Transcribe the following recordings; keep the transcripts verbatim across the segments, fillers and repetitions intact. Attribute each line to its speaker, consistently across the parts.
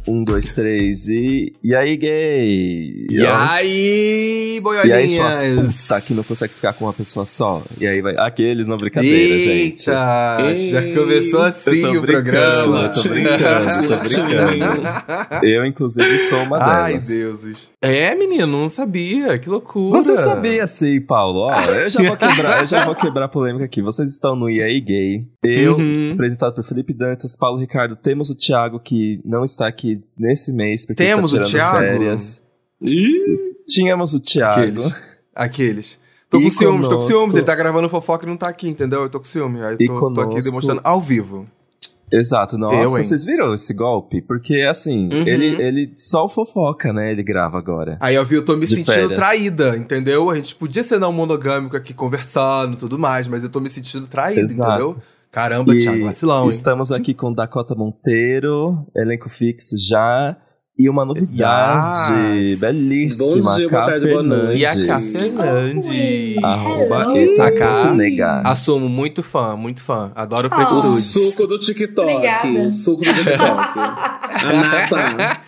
Speaker 1: Um, dois, três e... E aí, gay?
Speaker 2: E
Speaker 1: Nossa.
Speaker 2: aí, boiolinhas?
Speaker 1: E aí, suas puta que não consegue ficar com uma pessoa só? E aí, vai... Aqueles, não, brincadeira,
Speaker 2: Eita,
Speaker 1: gente.
Speaker 2: Ei, já começou assim o programa.
Speaker 1: Eu tô brincando, tô brincando. Eu, inclusive, sou uma
Speaker 2: Ai,
Speaker 1: delas.
Speaker 2: deuses. É, menino, não sabia. Que loucura.
Speaker 1: Você sabia, sim, Paulo. Ó, eu já vou quebrar, eu já vou quebrar a polêmica aqui. Vocês estão no E aí, gay. Eu,
Speaker 2: Uhum.
Speaker 1: apresentado por Felipe Dantas, Paulo Ricardo. Temos o Thiago, que não está aqui nesse mês, porque
Speaker 2: Temos
Speaker 1: está
Speaker 2: o
Speaker 1: tirando
Speaker 2: Thiago?
Speaker 1: férias. Tínhamos o Thiago.
Speaker 2: Aqueles. Aqueles. Tô
Speaker 1: E
Speaker 2: com ciúmes, tô com
Speaker 1: conosco-
Speaker 2: ciúmes. Ele tá gravando fofoca e não tá aqui, entendeu? Eu tô com ciúme. Aí
Speaker 1: E
Speaker 2: eu tô, tô aqui
Speaker 1: conosco-
Speaker 2: demonstrando ao vivo.
Speaker 1: Exato, nossa,
Speaker 2: Eu, hein?
Speaker 1: vocês viram esse golpe? Porque, assim,
Speaker 2: Uhum.
Speaker 1: ele, ele só o fofoca, né? Ele grava agora.
Speaker 2: Aí eu vi, eu tô me
Speaker 1: De
Speaker 2: sentindo
Speaker 1: férias.
Speaker 2: traída, entendeu? A gente podia ser não monogâmico aqui conversando e tudo mais, mas eu tô me sentindo traída,
Speaker 1: Exato.
Speaker 2: entendeu? Caramba,
Speaker 1: E
Speaker 2: Thiago, vacilão, hein?
Speaker 1: estamos aqui com Dakota Monteiro, elenco fixo já. E uma novidade
Speaker 2: Yes.
Speaker 1: belíssima.
Speaker 3: Bom dia,
Speaker 1: Cá
Speaker 3: boa tarde, boa noite.
Speaker 2: E a Cá Fernandes.
Speaker 1: Arroba
Speaker 4: Hello.
Speaker 1: eta
Speaker 2: A Cá.
Speaker 1: ponto nega.
Speaker 2: Assumo, muito fã, muito fã. Adoro
Speaker 4: Oh.
Speaker 3: O
Speaker 2: pretitudes.
Speaker 3: suco do TikTok.
Speaker 4: Obrigada.
Speaker 3: O suco do TikTok. A nata.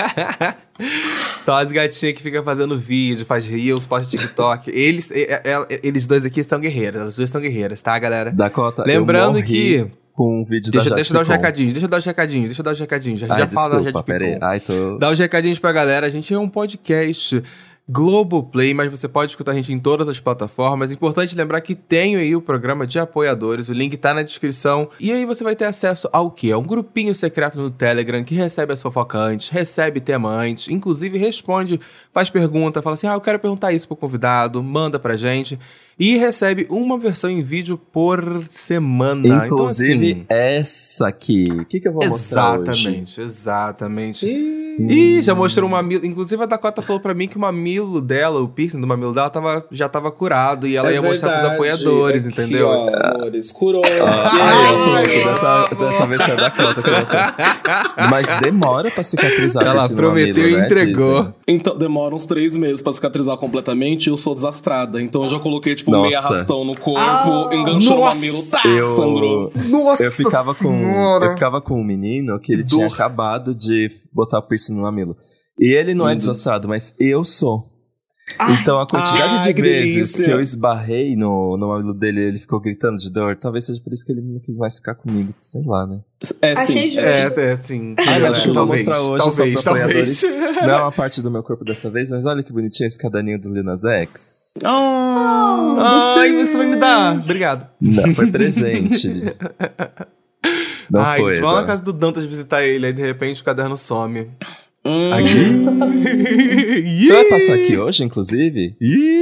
Speaker 2: Só as gatinhas que ficam fazendo vídeo, faz reels, posta TikTok. Eles, e- e- eles dois aqui são guerreiras, elas duas são guerreiras, tá, galera?
Speaker 1: Dakota,
Speaker 2: Lembrando
Speaker 1: eu morri
Speaker 2: que-
Speaker 1: com um vídeo
Speaker 2: Deixa,
Speaker 1: da
Speaker 2: deixa eu dar os
Speaker 1: Jade Picon.
Speaker 2: recadinhos, deixa eu dar os recadinhos, deixa eu dar os recadinhos. A gente
Speaker 1: Ai,
Speaker 2: já fala da
Speaker 1: desculpa,
Speaker 2: Jade
Speaker 1: peraí.
Speaker 2: Picon.
Speaker 1: Ai, tô...
Speaker 2: Dá os recadinhos pra galera. A gente é um podcast Globoplay, mas você pode escutar a gente em todas as plataformas. Importante lembrar que tem aí o programa de apoiadores, o link tá na descrição. E aí você vai ter acesso ao quê? A um grupinho secreto no Telegram que recebe as fofocantes, recebe temantes, inclusive responde, faz pergunta, fala assim, ah, eu quero perguntar isso pro convidado, manda pra gente. E recebe uma versão em vídeo por semana.
Speaker 1: Inclusive,
Speaker 2: então, assim,
Speaker 1: essa aqui. O que, que eu vou mostrar hoje?
Speaker 2: exatamente, exatamente. Ih, já mostrou um mamilo. Inclusive, a Dakota falou pra mim que o mamilo dela, o piercing do mamilo dela, tava, já tava curado. E ela
Speaker 3: É
Speaker 2: ia mostrar pros
Speaker 3: verdade.
Speaker 2: apoiadores,
Speaker 3: Aqui,
Speaker 2: entendeu?
Speaker 3: ó, amores, curou.
Speaker 1: Ah,
Speaker 3: Yay!
Speaker 1: eu dessa, dessa vez é da Dakota que eu sei. Mas demora pra cicatrizar.
Speaker 2: Ela
Speaker 1: piercing no
Speaker 2: prometeu
Speaker 1: mamilo,
Speaker 2: e
Speaker 1: né,
Speaker 2: entregou.
Speaker 1: dizem.
Speaker 3: Então, demora uns três meses pra cicatrizar completamente e eu sou desastrada. Então eu já coloquei, tipo,
Speaker 1: Nossa.
Speaker 3: meio arrastão no corpo,
Speaker 4: Ah.
Speaker 3: enganchou
Speaker 2: Nossa.
Speaker 3: o mamilo, tá,
Speaker 1: Eu-
Speaker 3: sangrou.
Speaker 2: Nossa
Speaker 1: Eu ficava com
Speaker 2: Senhora.
Speaker 1: eu ficava com um menino que ele
Speaker 2: Que
Speaker 1: tinha
Speaker 2: dor.
Speaker 1: acabado de botar o piercing no mamilo. E ele não é
Speaker 3: Meu Deus.
Speaker 1: desastrado, mas eu sou.
Speaker 4: Ai.
Speaker 1: Então a quantidade
Speaker 3: Ai,
Speaker 1: de
Speaker 3: que
Speaker 1: vezes
Speaker 3: delícia.
Speaker 1: que eu esbarrei no, no mamilo dele, ele ficou gritando de dor. Talvez seja por isso que ele não quis mais ficar comigo, sei lá, né?
Speaker 3: É
Speaker 4: Achei
Speaker 3: sim.
Speaker 4: justo.
Speaker 2: É, é assim.
Speaker 1: Ah, mas o que eu vou
Speaker 2: talvez,
Speaker 1: mostrar hoje
Speaker 2: talvez,
Speaker 1: só pra
Speaker 2: talvez.
Speaker 1: apoiadores. Não é uma parte do meu corpo dessa vez, mas olha que bonitinho esse caderninho do Lil Nas X.
Speaker 2: Ah, Ai, você vai me dar. Obrigado.
Speaker 1: Não, foi presente. Não
Speaker 2: Ai,
Speaker 1: foi,
Speaker 2: gente, vamos na
Speaker 1: né?
Speaker 2: casa do Dantas visitar ele, aí de repente o caderno some.
Speaker 3: Hum.
Speaker 2: Aqui.
Speaker 1: Você vai passar aqui hoje, inclusive?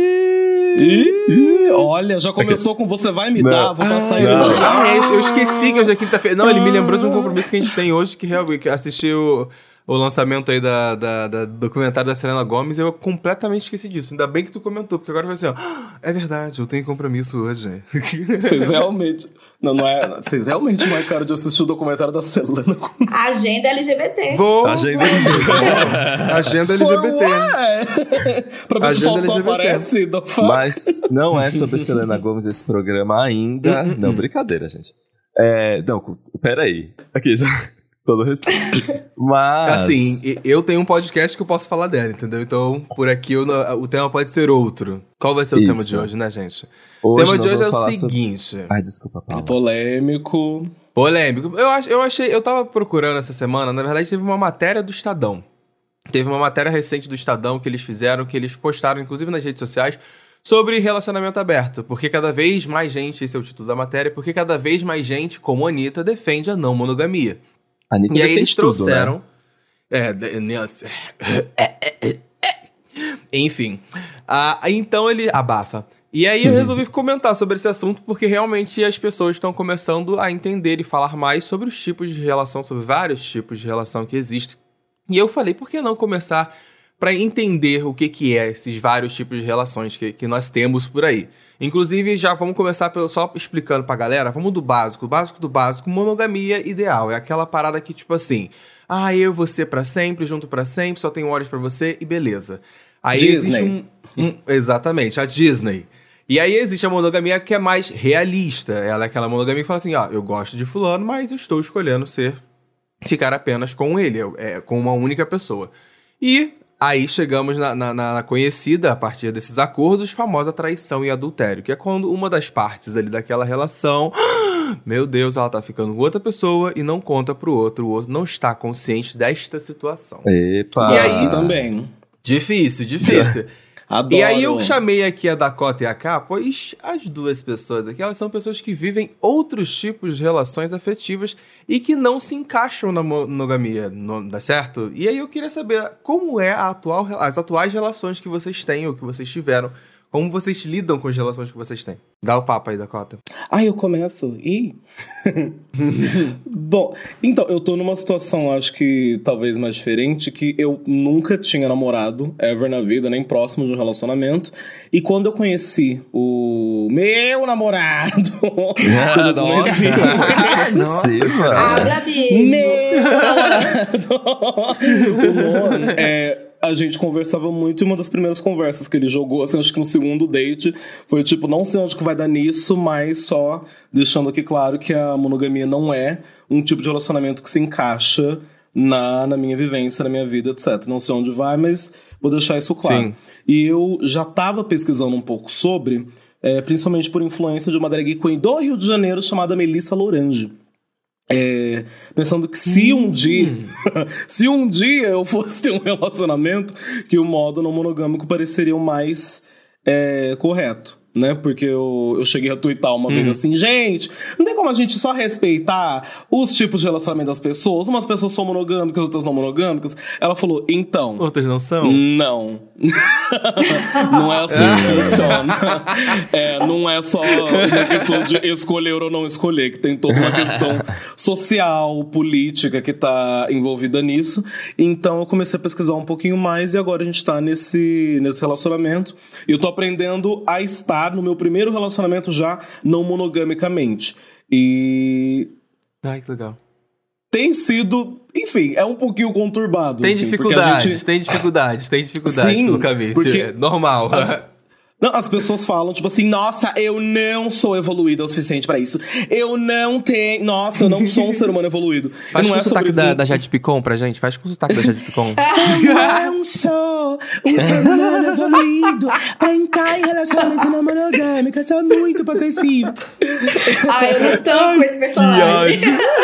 Speaker 3: Ih, olha, já começou com você vai me
Speaker 1: Não.
Speaker 3: dar, vou passar aí.
Speaker 1: Não.
Speaker 2: Ah, eu, eu esqueci que hoje é quinta-feira. Não, ele me lembrou de um compromisso que a gente tem hoje, que realmente assisti o, o lançamento aí da, da, da documentário da Selena Gomez, eu completamente esqueci disso. Ainda bem que tu comentou, porque agora vai assim, ó. "Ah, é verdade, eu tenho compromisso hoje.
Speaker 3: Vocês realmente. Não, não é. Vocês realmente marcaram de assistir o documentário da Selena com
Speaker 4: Agenda L G B T.
Speaker 2: Vou.
Speaker 1: Agenda
Speaker 2: Agenda L G B T.
Speaker 3: Ué! Pra ver se
Speaker 2: Agenda
Speaker 3: o Faustão
Speaker 2: L G B T.
Speaker 3: aparece. Não fa-
Speaker 1: Mas não é sobre Selena Gomez esse programa ainda. Não, brincadeira, gente. É, não, peraí. Aqui, todo respeito. Mas...
Speaker 2: Assim, e- eu tenho um podcast que eu posso falar dela, entendeu? Então, por aqui eu não- o tema pode ser outro. Qual vai ser o
Speaker 1: Isso.
Speaker 2: tema de hoje, né, gente?
Speaker 1: hoje
Speaker 2: o tema
Speaker 1: nós
Speaker 2: de hoje
Speaker 1: vamos
Speaker 2: é o
Speaker 1: falar sobre-
Speaker 2: seguinte.
Speaker 1: Ai, desculpa, Paula.
Speaker 3: Polêmico.
Speaker 2: Polêmico. Eu, ach, eu achei, eu tava procurando essa semana, na verdade teve uma matéria do Estadão. Teve uma matéria recente do Estadão que eles fizeram, que eles postaram, inclusive nas redes sociais, sobre relacionamento aberto. Porque cada vez mais gente, esse é o título da matéria, porque cada vez mais gente, como a Anitta, defende a não monogamia.
Speaker 1: A Anitta
Speaker 2: E aí
Speaker 1: defende
Speaker 2: eles
Speaker 1: tudo,
Speaker 2: trouxeram...
Speaker 1: né?
Speaker 2: É, de- né, enfim. Ah, então ele abafa. E aí eu resolvi comentar sobre esse assunto porque realmente as pessoas estão começando a entender e falar mais sobre os tipos de relação, sobre vários tipos de relação que existem. E eu falei, por que não começar para entender o que, que é esses vários tipos de relações que, que nós temos por aí. Inclusive, já vamos começar pelo, só explicando pra galera, vamos do básico. O básico do básico, monogamia ideal. É aquela parada que, tipo assim, ah, eu e você pra sempre, junto pra sempre, só tenho olhos pra você e beleza. Aí
Speaker 3: Disney.
Speaker 2: existe um, um... Exatamente, a Disney. E aí existe a monogamia que é mais realista. Ela é aquela monogamia que fala assim, ó, eu gosto de fulano, mas eu estou escolhendo ser ficar apenas com ele, é, com uma única pessoa. E aí chegamos na, na, na conhecida, a partir desses acordos, famosa traição e adultério, que é quando uma das partes ali daquela relação, meu Deus, ela tá ficando com outra pessoa e não conta pro outro, o outro não está consciente desta situação.
Speaker 1: Epa!
Speaker 2: E aí
Speaker 3: Gosto também.
Speaker 2: Difícil, difícil.
Speaker 3: Adoro.
Speaker 2: E aí eu chamei aqui a Dakota e a Ká, pois as duas pessoas aqui, elas são pessoas que vivem outros tipos de relações afetivas e que não se encaixam na monogamia, não dá certo? E aí eu queria saber como é a atual, as atuais relações que vocês têm ou que vocês tiveram, como vocês lidam com as relações que vocês têm. Dá o papo aí, Dakota.
Speaker 3: Ah, eu começo? Ih! Bom, então, eu tô numa situação, acho que talvez mais diferente, que eu nunca tinha namorado, ever na vida, nem próximo de um relacionamento. E quando eu conheci o meu namorado... quando eu conheci
Speaker 1: Nossa,
Speaker 4: Abra mesmo.
Speaker 3: meu namorado... o Luan, é... a gente conversava muito e uma das primeiras conversas que ele jogou, assim, acho que no segundo date, foi tipo, não sei onde que vai dar nisso, mas só deixando aqui claro que a monogamia não é um tipo de relacionamento que se encaixa na, na minha vivência, na minha vida, etcétera. Não sei onde vai, mas vou deixar isso claro.
Speaker 2: Sim.
Speaker 3: E eu já tava pesquisando um pouco sobre, é, principalmente por influência de uma drag queen do Rio de Janeiro chamada Melissa Lorange. É, pensando que se um dia se um dia eu fosse ter um relacionamento, que o modo não monogâmico pareceria o mais é, correto, né? Porque eu, eu cheguei a tuitar uma vez assim, gente, não tem como a gente só respeitar os tipos de relacionamento das pessoas? Umas pessoas são monogâmicas, outras não monogâmicas. Ela falou, então...
Speaker 2: Outras não são?
Speaker 3: Não. Não é assim que funciona. É, não é só uma questão de escolher ou não escolher, que tem toda uma questão social, política que tá envolvida nisso. Então eu comecei a pesquisar um pouquinho mais e agora a gente tá nesse, nesse relacionamento. E eu tô aprendendo a estar no meu primeiro relacionamento já não monogamicamente. E...
Speaker 2: Ai, que legal.
Speaker 3: Tem sido, enfim, é um pouquinho conturbado.
Speaker 2: Tem
Speaker 3: assim,
Speaker 2: dificuldades,
Speaker 3: gente...
Speaker 2: tem dificuldades, tem dificuldades
Speaker 3: Sim,
Speaker 2: pelo caminho.
Speaker 3: porque
Speaker 2: É normal.
Speaker 3: As... Não, as pessoas falam, tipo assim, nossa, eu não sou evoluída o suficiente pra isso. Eu não tenho... Nossa, eu não sou um ser humano evoluído.
Speaker 2: Faz
Speaker 3: não
Speaker 2: com
Speaker 3: é
Speaker 2: o sotaque
Speaker 3: sobre
Speaker 2: da,
Speaker 3: isso.
Speaker 2: da Jade Picon pra gente. Faz com o sotaque da Jade Picon.
Speaker 3: Eu não sou um ser humano evoluído pra entrar em relacionamento não monogâmico. Eu sou muito possessiva.
Speaker 4: Ai, eu não tô com esse personagem.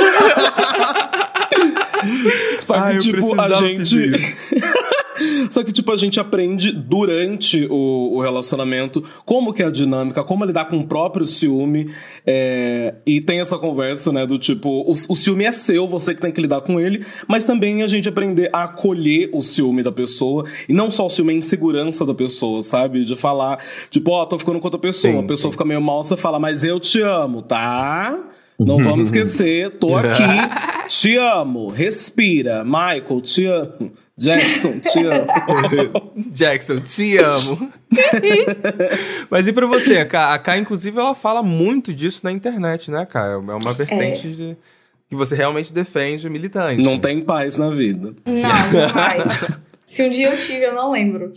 Speaker 3: Só que,
Speaker 2: Ai, eu
Speaker 3: tipo, a
Speaker 2: precisava
Speaker 3: gente...
Speaker 2: pedir.
Speaker 3: Só que, tipo, a gente aprende durante o, o relacionamento como que é a dinâmica, como lidar com o próprio ciúme. É, e tem essa conversa, né, do tipo, o, o ciúme é seu, você que tem que lidar com ele, mas também a gente aprender a acolher o ciúme da pessoa, e não só o ciúme, a insegurança da pessoa, sabe? De falar, tipo, ó, oh, tô ficando com outra pessoa,
Speaker 2: Sim,
Speaker 3: a pessoa
Speaker 2: sim.
Speaker 3: fica meio mal, você fala, mas eu te amo, tá? Não vamos esquecer, tô aqui, te amo, respira, Michael, te amo. Jackson, te amo.
Speaker 2: Jackson, te amo. Mas e pra você, a Ká? A Ká, inclusive, ela fala muito disso na internet, né, Ká? É uma vertente
Speaker 4: É.
Speaker 2: de... que você realmente defende, militante.
Speaker 3: Não tem paz na vida.
Speaker 4: Não, não vai. Se um dia eu tive, eu não lembro.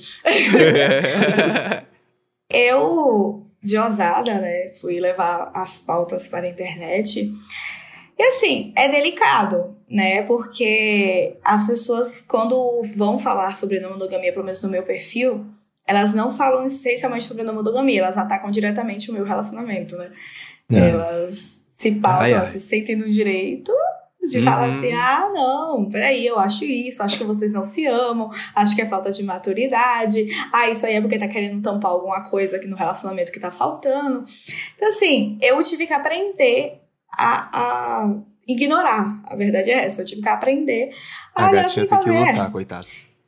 Speaker 4: Eu, de ousada, né, fui levar as pautas para a internet. E assim, é delicado, né? Porque as pessoas, quando vão falar sobre não monogamia, pelo menos no meu perfil, elas não falam essencialmente sobre não monogamia, elas atacam diretamente o meu relacionamento, né?
Speaker 1: É.
Speaker 4: Elas se pautam,
Speaker 2: Ai, ai.
Speaker 4: elas se sentem no direito de
Speaker 2: Uhum.
Speaker 4: falar assim, ah, não, peraí, eu acho isso, acho que vocês não se amam, acho que é falta de maturidade, ah, isso aí é porque tá querendo tampar alguma coisa aqui no relacionamento que tá faltando. Então, assim, eu tive que aprender a, a ignorar, a verdade é essa, eu tive que aprender a
Speaker 2: A
Speaker 4: olhar
Speaker 2: gatinha
Speaker 4: assim e
Speaker 2: tem que
Speaker 4: falar, é,
Speaker 2: lutar, coitado.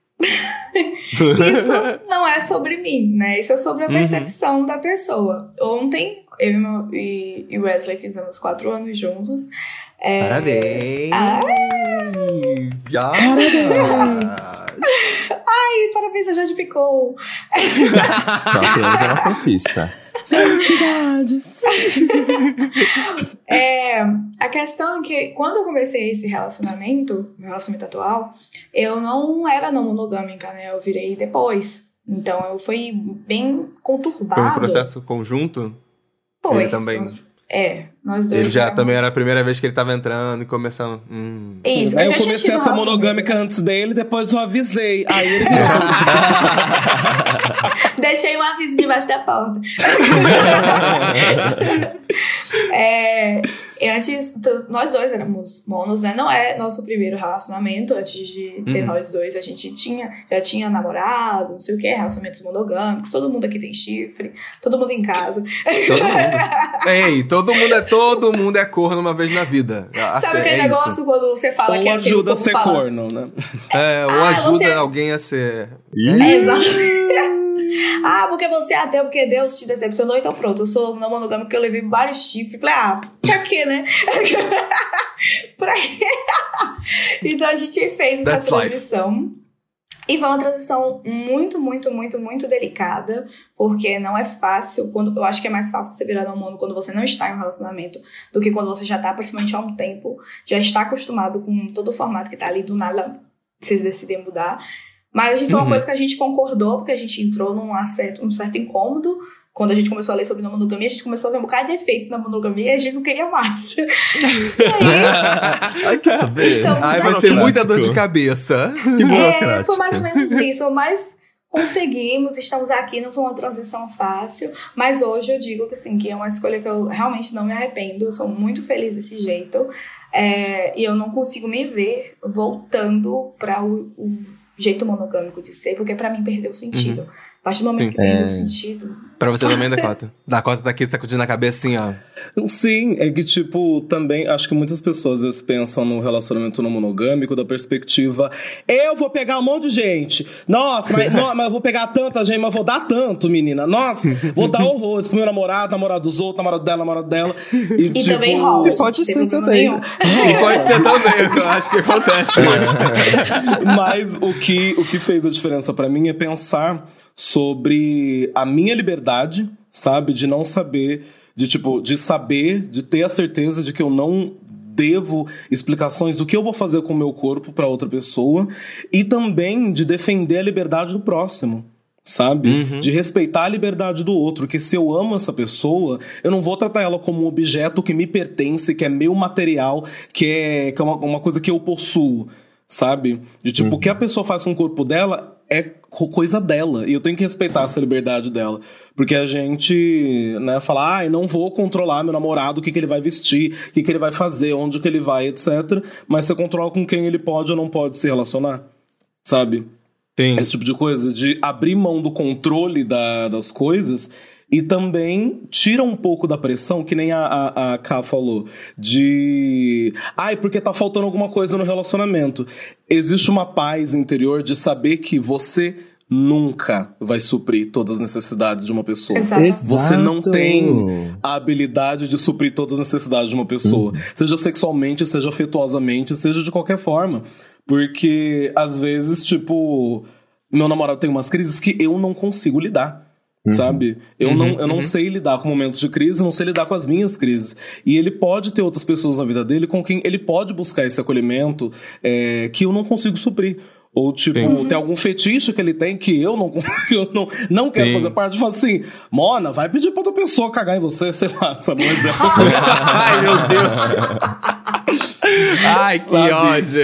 Speaker 4: isso não é sobre mim, né? Isso é sobre a
Speaker 2: Uhum.
Speaker 4: percepção da pessoa. Ontem, eu e meu- e e o Wesley fizemos quatro anos juntos. É,
Speaker 2: Parabéns! Já!
Speaker 4: Ai, parabéns, a Jade Picou.
Speaker 1: Então apenas é uma conquista.
Speaker 3: Felicidades.
Speaker 4: É, a questão é que quando eu comecei esse relacionamento, meu relacionamento atual, eu não era não monogâmica, né? Eu virei depois. Então eu fui bem conturbado.
Speaker 2: Foi um processo conjunto?
Speaker 4: Foi.
Speaker 2: Ele também.
Speaker 4: É, nós dois.
Speaker 2: Ele já
Speaker 4: éramos...
Speaker 2: também era a primeira vez que ele tava entrando e começando. Hum.
Speaker 4: Isso,
Speaker 3: Aí
Speaker 4: eu
Speaker 3: eu
Speaker 4: já
Speaker 3: comecei
Speaker 4: tinha
Speaker 3: a ser
Speaker 4: tido um
Speaker 3: monogâmica
Speaker 4: relacionamento.
Speaker 3: antes dele, depois eu avisei. Aí ele virou.
Speaker 4: Deixei um aviso debaixo da porta. é, e antes, t- nós dois éramos monos, né? Não é nosso primeiro relacionamento. Antes de ter
Speaker 2: Uhum.
Speaker 4: nós dois, a gente tinha, já tinha namorado, não sei o que, relacionamentos monogâmicos. Todo mundo aqui tem chifre, todo mundo em casa.
Speaker 2: Todo mundo. Ei, todo mundo é todo mundo é corno uma vez na vida. Ah,
Speaker 4: Sabe
Speaker 2: é
Speaker 4: aquele
Speaker 2: isso.
Speaker 4: negócio quando você fala
Speaker 3: Ou
Speaker 4: que é aquele
Speaker 3: ajuda a
Speaker 4: povo
Speaker 3: ser
Speaker 4: fala,
Speaker 3: corno, né?
Speaker 2: É, ou
Speaker 4: Ah,
Speaker 2: ajuda
Speaker 4: você-
Speaker 2: alguém a ser.
Speaker 4: É, exato. Ah, porque você é ateu, porque Deus te decepcionou, então pronto, eu sou não monogâmico porque eu levei vários chifres. Falei, ah, pra quê, né? Pra quê? Então a gente fez essa
Speaker 2: That's life.
Speaker 4: transição. E foi uma transição muito, muito, muito, muito delicada, porque não é fácil. Quando, eu acho que é mais fácil você virar hormônio quando você não está em um relacionamento do que quando você já está, principalmente há um tempo, já está acostumado com todo o formato que tá ali, do nada vocês decidem mudar. Mas a gente foi uma
Speaker 2: Uhum.
Speaker 4: coisa que a gente concordou, porque a gente entrou num certo, um certo incômodo. Quando a gente começou a ler sobre não monogamia, a gente começou a ver um bocado de defeito na monogamia e a gente não queria mais. E aí,
Speaker 1: Ai, que saber.
Speaker 4: Estamos
Speaker 2: Ai, vai
Speaker 4: aqui.
Speaker 2: ser muita dor de cabeça.
Speaker 1: Que
Speaker 4: é,
Speaker 1: burocrático.
Speaker 4: foi mais ou menos isso. Mas conseguimos, estamos aqui, não foi uma transição fácil. Mas hoje eu digo que, assim, que é uma escolha que eu realmente não me arrependo. Eu sou muito feliz desse jeito. É, e eu não consigo me ver voltando para o, o jeito monogâmico de ser, porque pra mim perdeu o sentido. A partir do momento
Speaker 2: Sim.
Speaker 4: que perdeu
Speaker 1: É.
Speaker 4: o sentido.
Speaker 2: Pra você também, Dakota. Dakota tá aqui sacudindo a cabeça assim, ó.
Speaker 3: Sim, é que, tipo, também acho que muitas pessoas às vezes pensam no relacionamento não monogâmico da perspectiva: eu vou pegar um monte de gente. Nossa, mas, no, mas eu vou pegar tanta gente, mas vou dar tanto, menina. Nossa, vou dar horrores pro meu namorado, namorado dos outros, namorado dela, namorado dela. E,
Speaker 4: E
Speaker 3: tipo,
Speaker 4: também rola.
Speaker 1: E pode
Speaker 4: gente,
Speaker 1: ser
Speaker 4: não tem
Speaker 1: também.
Speaker 4: problema nenhum.
Speaker 2: E pode ser também, eu acho que acontece.
Speaker 3: Mas o que, o que fez a diferença pra mim é pensar sobre a minha liberdade, sabe? De não saber, de tipo, de saber, de ter a certeza de que eu não devo explicações do que eu vou fazer com o meu corpo pra outra pessoa, e também de defender a liberdade do próximo. Sabe?
Speaker 2: Uhum.
Speaker 3: De respeitar a liberdade do outro. Que se eu amo essa pessoa, eu não vou tratar ela como um objeto que me pertence, que é meu material, que é, que é uma, uma coisa que eu possuo. Sabe? De tipo,
Speaker 1: Uhum.
Speaker 3: o que a pessoa faz com o corpo dela é co- coisa dela. E eu tenho que respeitar essa liberdade dela. Porque a gente, né, fala, ah, eu não vou controlar meu namorado, o que, que ele vai vestir, o que, que ele vai fazer, onde que ele vai, etcétera. Mas você controla com quem ele pode ou não pode se relacionar. Sabe?
Speaker 2: Sim.
Speaker 3: Esse tipo de coisa, de abrir mão do controle da, das coisas, e também tira um pouco da pressão, que nem a, a, a Ká falou, de... Ai, porque tá faltando alguma coisa no relacionamento. Existe uma paz interior de saber que você nunca vai suprir todas as necessidades de uma pessoa.
Speaker 4: Exato.
Speaker 3: Você não
Speaker 1: Exato.
Speaker 3: tem a habilidade de suprir todas as necessidades de uma pessoa. Seja sexualmente, seja afetuosamente, seja de qualquer forma. Porque, às vezes, tipo... Meu namorado tem umas crises que eu não consigo lidar. Sabe? Eu,
Speaker 2: Uhum,
Speaker 3: não, eu não
Speaker 2: uhum.
Speaker 3: sei lidar com momentos de crise, não sei lidar com as minhas crises. E ele pode ter outras pessoas na vida dele com quem ele pode buscar esse acolhimento é, que eu não consigo suprir. Ou, tipo,
Speaker 2: Sim.
Speaker 3: tem algum fetiche que ele tem que eu não, eu não, não quero
Speaker 2: Sim.
Speaker 3: fazer parte. Fala assim, Mona, vai pedir pra outra pessoa cagar em você, sei lá, sabe? Um exemplo.
Speaker 2: Ai, meu Deus. Ai, que
Speaker 3: Sabe?
Speaker 2: ódio.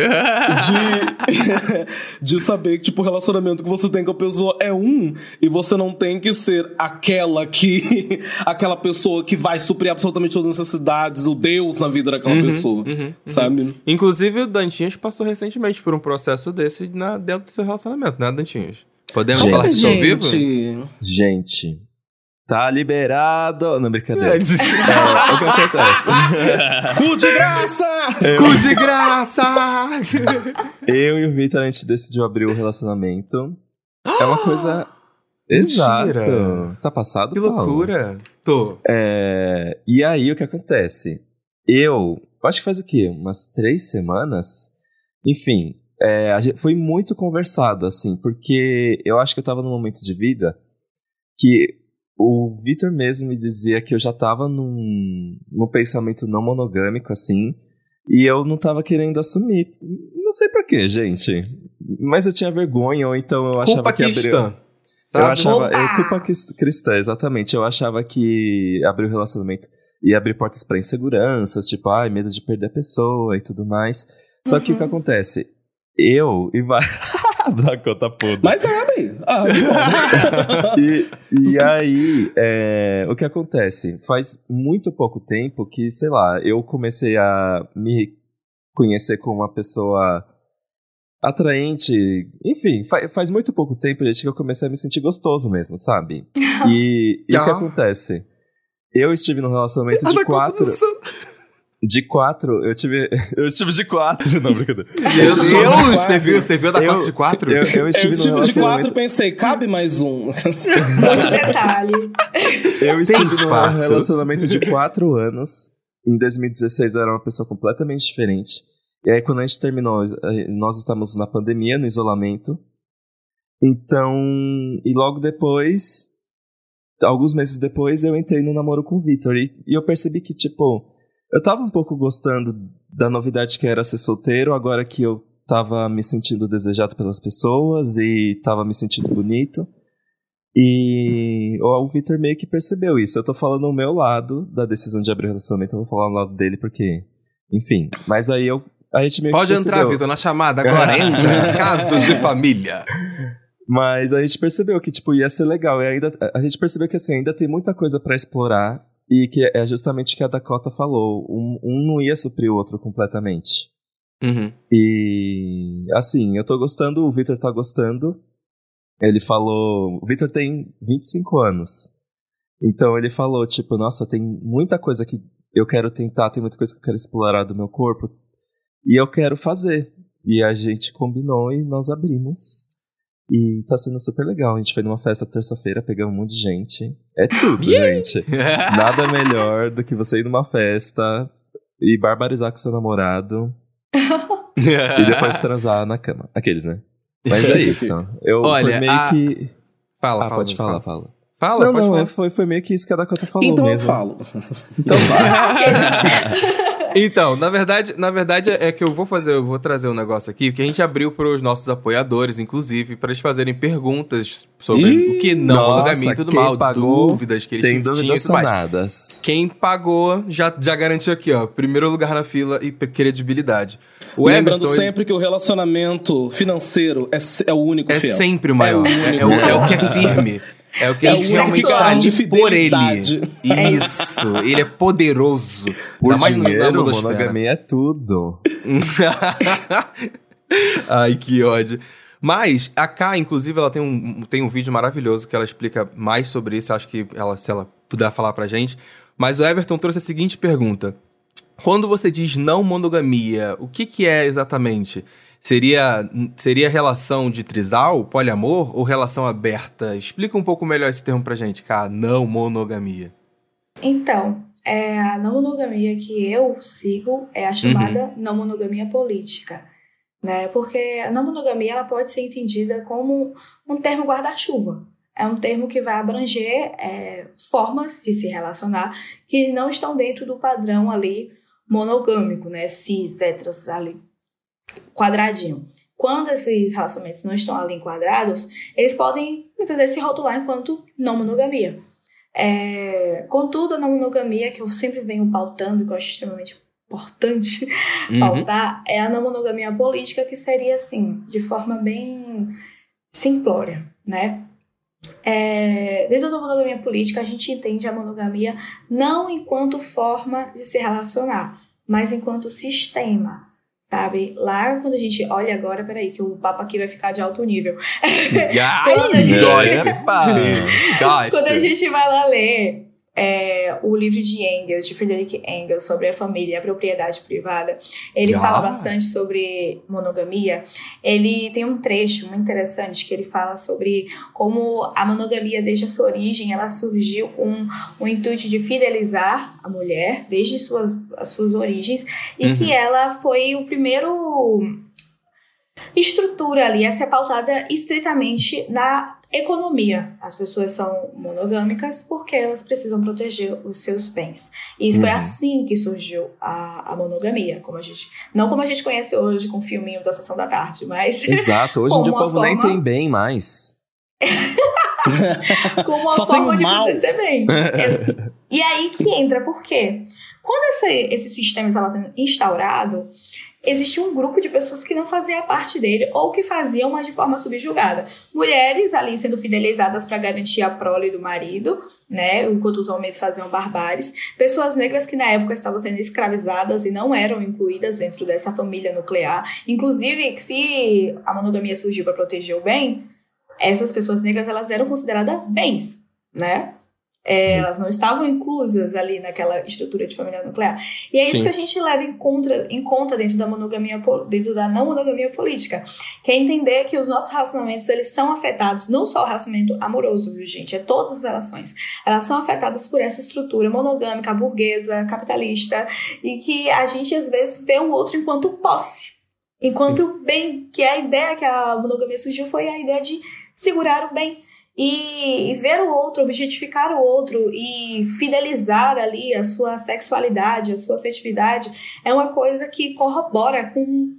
Speaker 3: de, de saber que, tipo, o relacionamento que você tem com a pessoa é um, e você não tem que ser aquela que... aquela pessoa que vai suprir absolutamente todas as necessidades, o Deus na vida daquela
Speaker 2: Uhum,
Speaker 3: pessoa,
Speaker 2: uhum,
Speaker 3: sabe?
Speaker 2: Inclusive, o Dantinhas passou recentemente por um processo desse na, dentro do seu relacionamento, né, Dantinhas? Podemos
Speaker 1: Gente.
Speaker 2: falar disso ao vivo?
Speaker 3: Gente,
Speaker 1: Gente, tá liberado. Não, brincadeira.
Speaker 2: É,
Speaker 1: É, o que acontece?
Speaker 3: cu de graça!
Speaker 2: Cu de graça!
Speaker 1: Eu e o Vitor, a gente decidiu abrir o relacionamento. É uma coisa...
Speaker 2: Mentira.
Speaker 1: Exato. Tá passado,
Speaker 2: Que
Speaker 1: Paulo?
Speaker 2: loucura. Tô.
Speaker 1: É, e aí, o que acontece? Eu, acho que faz o quê? Umas três semanas? Enfim, é, a gente, foi muito conversado, assim, porque eu acho que eu tava num momento de vida que o Vitor mesmo me dizia que eu já tava num, num pensamento não monogâmico, assim, e eu não tava querendo assumir. Não sei por quê, gente. Mas eu tinha vergonha, ou então eu achava
Speaker 2: Culpa
Speaker 1: que abriu...
Speaker 2: cristã.
Speaker 1: Eu
Speaker 2: Sabe?
Speaker 1: achava,
Speaker 4: Opa!
Speaker 1: é culpa quis- cristã, exatamente. Eu achava que abrir o relacionamento ia abrir portas pra inseguranças, tipo, ai, medo de perder a pessoa e tudo mais. Só uhum. que o que acontece? Eu e vai... da conta podre.
Speaker 3: Mas abre! Abre.
Speaker 1: e, e aí, é, o que acontece? Faz muito pouco tempo que, sei lá, eu comecei a me conhecer como uma pessoa atraente. Enfim, faz, faz muito pouco tempo, gente, que eu comecei a me sentir gostoso mesmo, sabe? E, e o que acontece? Eu estive num relacionamento de quatro... De quatro, eu tive. Eu estive de quatro, não, brincadeira.
Speaker 2: Meu Deus, você viu, você viu da eu, de quatro?
Speaker 1: Eu, eu estive,
Speaker 3: eu estive de quatro e pensei, cabe mais um.
Speaker 4: Muito detalhe.
Speaker 1: Eu estive num relacionamento de quatro anos. Em dois mil e dezesseis eu era uma pessoa completamente diferente. E aí, quando a gente terminou, nós estávamos na pandemia, no isolamento. Então. E logo depois, alguns meses depois, eu entrei no namoro com o Vitor. E, e eu percebi que, tipo. Eu tava um pouco gostando da novidade que era ser solteiro, agora que eu tava me sentindo desejado pelas pessoas e tava me sentindo bonito. E o Vitor meio que percebeu isso. Eu tô falando o meu lado da decisão de abrir o relacionamento, eu vou falar o lado dele porque... Enfim, mas aí eu, a gente meio
Speaker 2: Pode
Speaker 1: que percebeu...
Speaker 2: entrar, Vitor, na chamada agora, entra. Casos de família.
Speaker 1: Mas a gente percebeu que, tipo, ia ser legal. E ainda, a gente percebeu que, assim, ainda tem muita coisa pra explorar. E que é justamente o que a Dakota falou. Um, um não ia suprir o outro completamente.
Speaker 2: Uhum.
Speaker 1: E, assim, eu tô gostando, o Vitor tá gostando. Ele falou... O Vitor tem vinte e cinco anos. Então ele falou, tipo, nossa, tem muita coisa que eu quero tentar, tem muita coisa que eu quero explorar do meu corpo. E eu quero fazer. E a gente combinou e nós abrimos. E tá sendo super legal. A gente foi numa festa terça-feira, pegamos um monte de gente. É tudo, gente. Nada melhor do que você ir numa festa e barbarizar com seu namorado e depois transar na cama. Aqueles, né? Mas é isso. Eu
Speaker 2: Olha,
Speaker 1: foi meio
Speaker 2: a...
Speaker 1: que...
Speaker 2: Fala,
Speaker 1: ah,
Speaker 2: fala,
Speaker 1: pode
Speaker 2: fala.
Speaker 1: falar, fala.
Speaker 2: Fala,
Speaker 1: não,
Speaker 2: pode
Speaker 1: não,
Speaker 2: falar.
Speaker 1: Foi, foi meio que isso que a Dakota falou
Speaker 3: então
Speaker 1: mesmo.
Speaker 3: eu falo.
Speaker 1: Então fala.
Speaker 2: Então, na verdade, na verdade é que eu vou fazer, eu vou trazer um negócio aqui, que a gente abriu para os nossos apoiadores, inclusive, para eles fazerem perguntas sobre
Speaker 3: Ih,
Speaker 2: o que não,
Speaker 1: nossa,
Speaker 2: monogamia e tudo
Speaker 1: quem
Speaker 2: mal,
Speaker 1: pagou,
Speaker 2: dúvidas que eles
Speaker 1: tem
Speaker 2: tinham.
Speaker 1: dúvidas
Speaker 2: e tudo mais.
Speaker 1: sanadas.
Speaker 2: Quem pagou já, já garantiu aqui, ó, primeiro lugar na fila e credibilidade. O
Speaker 3: Lembrando
Speaker 2: Everton,
Speaker 3: sempre que o relacionamento financeiro é, é o único
Speaker 2: é
Speaker 3: fiel.
Speaker 2: sempre o maior.
Speaker 3: É o,
Speaker 2: é, é, o, é o que é firme. É o que
Speaker 3: É
Speaker 2: a
Speaker 3: o
Speaker 2: gente
Speaker 3: único
Speaker 2: realmente
Speaker 3: que
Speaker 2: está
Speaker 3: garante
Speaker 2: ali por ele.
Speaker 3: fidelidade.
Speaker 2: Isso, ele é poderoso.
Speaker 1: Por
Speaker 2: Ainda mais no- na
Speaker 1: dinheiro,
Speaker 2: podosfera.
Speaker 1: monogamia é tudo.
Speaker 2: Ai, que ódio. Mas a Ká, inclusive, ela tem um, tem um vídeo maravilhoso que ela explica mais sobre isso. Acho que ela, se ela puder falar pra gente. Mas o Everton trouxe a seguinte pergunta. Quando você diz não monogamia, o que que é exatamente? Seria, seria relação de trisal, poliamor ou relação aberta? Explica um pouco melhor esse termo pra gente, Ká. Não monogamia.
Speaker 4: Então, é, a não monogamia que eu sigo é a chamada não monogamia política, né? Porque a não monogamia ela pode ser entendida como um termo guarda-chuva. É um termo que vai abranger é, formas de se relacionar que não estão dentro do padrão ali monogâmico, né? Cis, héteros, ali, quadradinho. Quando esses relacionamentos não estão ali enquadrados, eles podem, muitas vezes, se rotular enquanto não monogamia. É, contudo, a não monogamia, que eu sempre venho pautando, que eu acho extremamente importante uhum. pautar, é a não monogamia política, que seria, assim, de forma bem simplória, né? É, dentro da monogamia política, a gente entende a monogamia não enquanto forma de se relacionar, mas enquanto sistema. Sabe? Lá, quando a gente olha agora, peraí, que o papo aqui vai ficar de alto nível.
Speaker 2: Ai, gente...
Speaker 4: Gosta. Quando a gente vai lá ler é, o livro de Engels, de Friedrich Engels, sobre a família e a propriedade privada, ele Gosta. fala bastante sobre monogamia. Ele tem um trecho muito interessante que ele fala sobre como a monogamia, desde a sua origem, ela surgiu com o intuito de fidelizar a mulher, desde suas, as suas origens, e uhum. que ela foi o primeiro estrutura ali a ser pautada estritamente na economia. As pessoas são monogâmicas porque elas precisam proteger os seus bens. E isso uhum. foi assim que surgiu a, a monogamia, como a gente, não como a gente conhece hoje com o filminho da Sessão da Tarde, mas
Speaker 1: exato, hoje em dia o povo
Speaker 4: forma...
Speaker 1: nem tem bem mais.
Speaker 4: como uma
Speaker 3: Só
Speaker 4: forma
Speaker 3: tem
Speaker 4: de
Speaker 3: mal.
Speaker 4: proteger bem. E aí que entra, por quê? Quando esse, esse sistema estava sendo instaurado, existia um grupo de pessoas que não fazia parte dele ou que faziam, mas de forma subjugada. Mulheres ali sendo fidelizadas para garantir a prole do marido, né, enquanto os homens faziam barbáries. Pessoas negras que na época estavam sendo escravizadas e não eram incluídas dentro dessa família nuclear. Inclusive, se a monogamia surgiu para proteger o bem, essas pessoas negras elas eram consideradas bens, né? É, elas não estavam inclusas ali naquela estrutura de família nuclear. E é isso Sim. que a gente leva em conta, em conta dentro da monogamia, dentro da não monogamia política. Que é entender que os nossos relacionamentos, eles são afetados, não só o relacionamento amoroso, viu, gente? É todas as relações. Elas são afetadas por essa estrutura monogâmica, burguesa, capitalista, e que a gente, às vezes, vê o outro enquanto posse. Enquanto bem, que a ideia que a monogamia surgiu foi a ideia de segurar o bem. E, e ver o outro, objetificar o outro e fidelizar ali a sua sexualidade, a sua afetividade, é uma coisa que corrobora com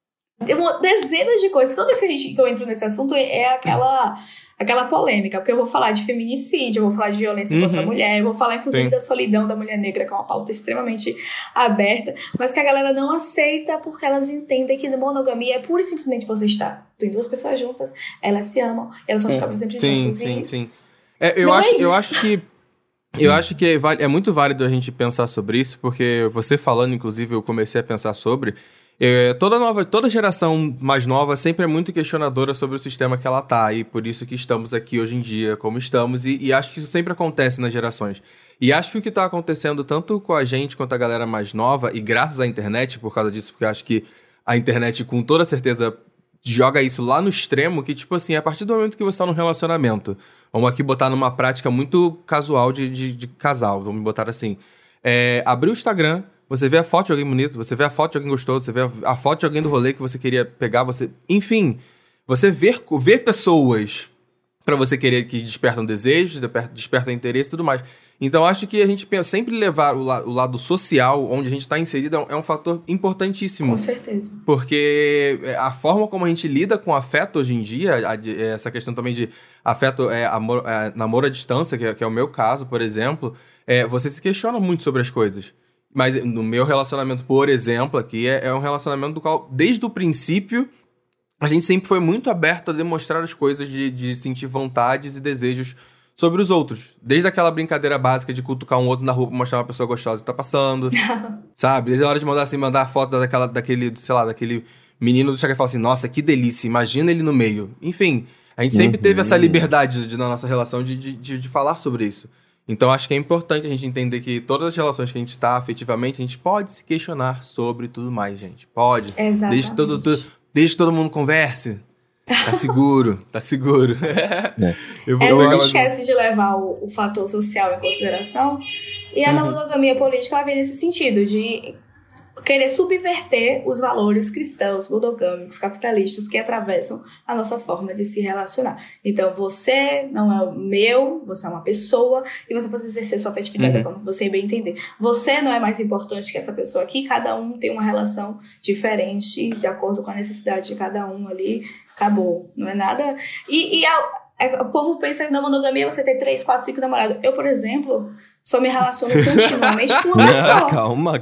Speaker 4: dezenas de coisas. Toda vez que, a gente, que eu entro nesse assunto é aquela, aquela polêmica, porque eu vou falar de feminicídio, eu vou falar de violência uhum. contra a mulher, eu vou falar inclusive Sim. da solidão da mulher negra, que é uma pauta extremamente aberta, mas que a galera não aceita porque elas entendem que monogamia é pura e simplesmente você estar. Tem duas pessoas juntas, elas se amam, elas vão ficar sempre
Speaker 2: sim,
Speaker 4: juntas.
Speaker 2: Sim, sim, sim. É, eu, acho, é eu acho que eu acho que é, é muito válido a gente pensar sobre isso, porque você falando, inclusive, eu comecei a pensar sobre. É, toda, nova, toda geração mais nova sempre é muito questionadora sobre o sistema que ela tá, e por isso que estamos aqui hoje em dia como estamos, e, e acho que isso sempre acontece nas gerações. E acho que o que está acontecendo tanto com a gente quanto a galera mais nova, e graças à internet, por causa disso, porque acho que a internet com toda certeza joga isso lá no extremo, que tipo assim, a partir do momento que você tá num relacionamento, vamos aqui botar numa prática muito casual de, de, de casal, vamos botar assim, é, abrir o Instagram, você vê a foto de alguém bonito, você vê a foto de alguém gostoso, você vê a, a foto de alguém do rolê que você queria pegar, você, enfim, você vê, vê pessoas pra você querer que despertam desejos, despertam interesse e tudo mais. Então, acho que a gente pensa sempre levar o, la- o lado social, onde a gente está inserido, é um, é um fator importantíssimo.
Speaker 4: Com certeza.
Speaker 2: Porque a forma como a gente lida com afeto hoje em dia, a, de, essa questão também de afeto, é, amor, é, namoro à distância, que é, que é o meu caso, por exemplo, é, você se questiona muito sobre as coisas. Mas no meu relacionamento, por exemplo, aqui, é, é um relacionamento do qual, desde o princípio, a gente sempre foi muito aberto a demonstrar as coisas, de, de sentir vontades e desejos sobre os outros. Desde aquela brincadeira básica de cutucar um outro na rua pra mostrar uma pessoa gostosa que tá passando. Sabe? Desde a hora de mandar assim, mandar a foto daquela, daquele, sei lá, daquele menino do Chaga e falar assim, nossa, que delícia, imagina ele no meio. Enfim, a gente sempre uhum. teve essa liberdade de, na nossa relação de, de, de, de falar sobre isso. Então, acho que é importante a gente entender que todas as relações que a gente está afetivamente, a gente pode se questionar sobre tudo mais, gente. Pode.
Speaker 4: Exatamente.
Speaker 2: Desde que todo, todo, desde que todo mundo converse. Tá seguro, tá seguro.
Speaker 4: É. Eu vou, é, a gente eu... esquece de levar o, o fator social em consideração. E a uhum. não monogamia política, ela vem nesse sentido, de querer subverter os valores cristãos, monogâmicos, capitalistas que atravessam a nossa forma de se relacionar. Então, você não é o meu, você é uma pessoa e você pode exercer sua afetividade uhum. da forma que você bem entender. Você não é mais importante que essa pessoa aqui, cada um tem uma relação diferente de acordo com a necessidade de cada um ali. Acabou, não é nada... E, e a, a, o povo pensa que na monogamia você tem três, quatro, cinco namorados. Eu, por exemplo, só me relaciono continuamente com uma pessoa.
Speaker 1: Calma,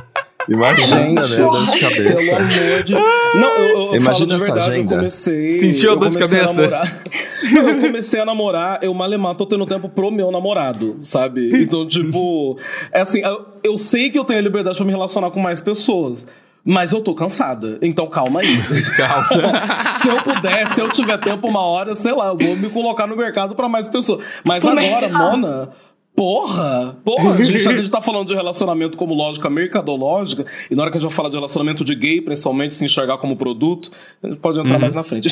Speaker 1: imagina,
Speaker 3: gente,
Speaker 1: né? Dor de cabeça.
Speaker 3: Pelo amor de... Não, eu, eu, eu falo de verdade, agenda. eu comecei...
Speaker 2: Sentiu a dor de cabeça?
Speaker 3: Namorar, eu comecei a namorar, eu malemar, tô tendo tempo pro meu namorado, sabe? Então, tipo... É assim, eu, eu sei que eu tenho a liberdade pra me relacionar com mais pessoas. Mas eu tô cansada, então calma aí.
Speaker 2: Calma.
Speaker 3: Se eu puder, se eu tiver tempo uma hora, sei lá, eu vou me colocar no mercado pra mais pessoas. Mas Pro agora, mercado. Mona... Porra! Porra! A gente, a gente tá falando de relacionamento como lógica mercadológica, e na hora que a gente vai falar de relacionamento de gay, principalmente, se enxergar como produto, a gente pode entrar uhum. mais na frente.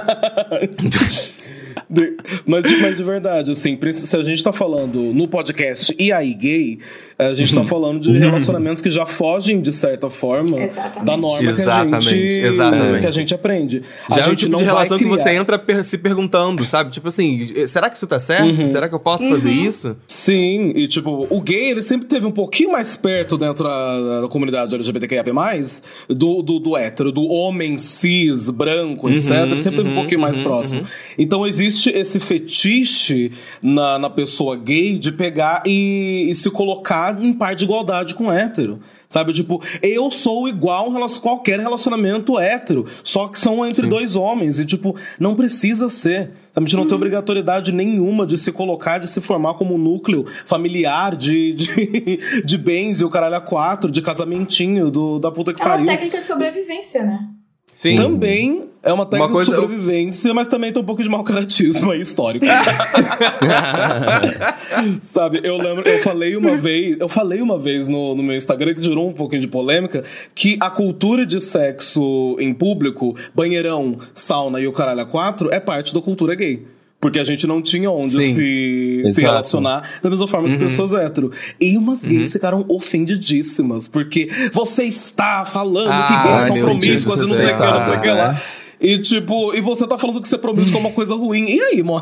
Speaker 3: Mas... de, mas, de, mas de verdade, assim, se a gente tá falando no podcast E aí Gay, a gente tá falando de relacionamentos que já fogem, de certa forma,
Speaker 4: exatamente.
Speaker 3: da norma
Speaker 2: exatamente,
Speaker 3: que, a gente,
Speaker 2: exatamente.
Speaker 3: que a gente aprende. A
Speaker 2: já
Speaker 3: gente
Speaker 2: é o tipo
Speaker 3: não
Speaker 2: de relação
Speaker 3: vai criar...
Speaker 2: que você entra per- se perguntando, sabe? Tipo assim, será que isso tá certo? Uhum. Será que eu posso uhum. fazer isso?
Speaker 3: Sim, e tipo, o gay, ele sempre teve um pouquinho mais perto dentro da, da comunidade L G B T Q I A P mais, do, do, do hétero, do homem cis, branco, etcétera. Uhum, ele sempre uhum, teve um pouquinho uhum, mais próximo. Uhum. Então existe existe esse fetiche na, na pessoa gay de pegar e, e se colocar em par de igualdade com hétero. Sabe, tipo, eu sou igual a qualquer relacionamento hétero, só que são entre Sim. dois homens. E, tipo, não precisa ser. A gente não tem obrigatoriedade nenhuma de se colocar, de se formar como um núcleo familiar de, de, de bens e o caralho a quatro, de casamentinho, do, da puta que
Speaker 4: é
Speaker 3: pariu.
Speaker 4: É uma técnica de sobrevivência, né?
Speaker 3: Sim. Também é uma técnica uma coisa... de sobrevivência, mas também tem um pouco de mau caratismo aí histórico. Sabe, eu lembro, eu falei uma vez, eu falei uma vez no, no meu Instagram, que gerou um pouquinho de polêmica, que a cultura de sexo em público, banheirão, sauna e o caralho a quatro, é parte da cultura gay. Porque a gente não tinha onde se, se relacionar da mesma forma uhum. que pessoas hétero. E umas gays uhum. ficaram ofendidíssimas. Porque você está falando ah, que gays são promíscuas e não sei o que, não sei o que lá. E tipo, e você tá falando que ser promíscuo é uma coisa ruim. E aí, mano?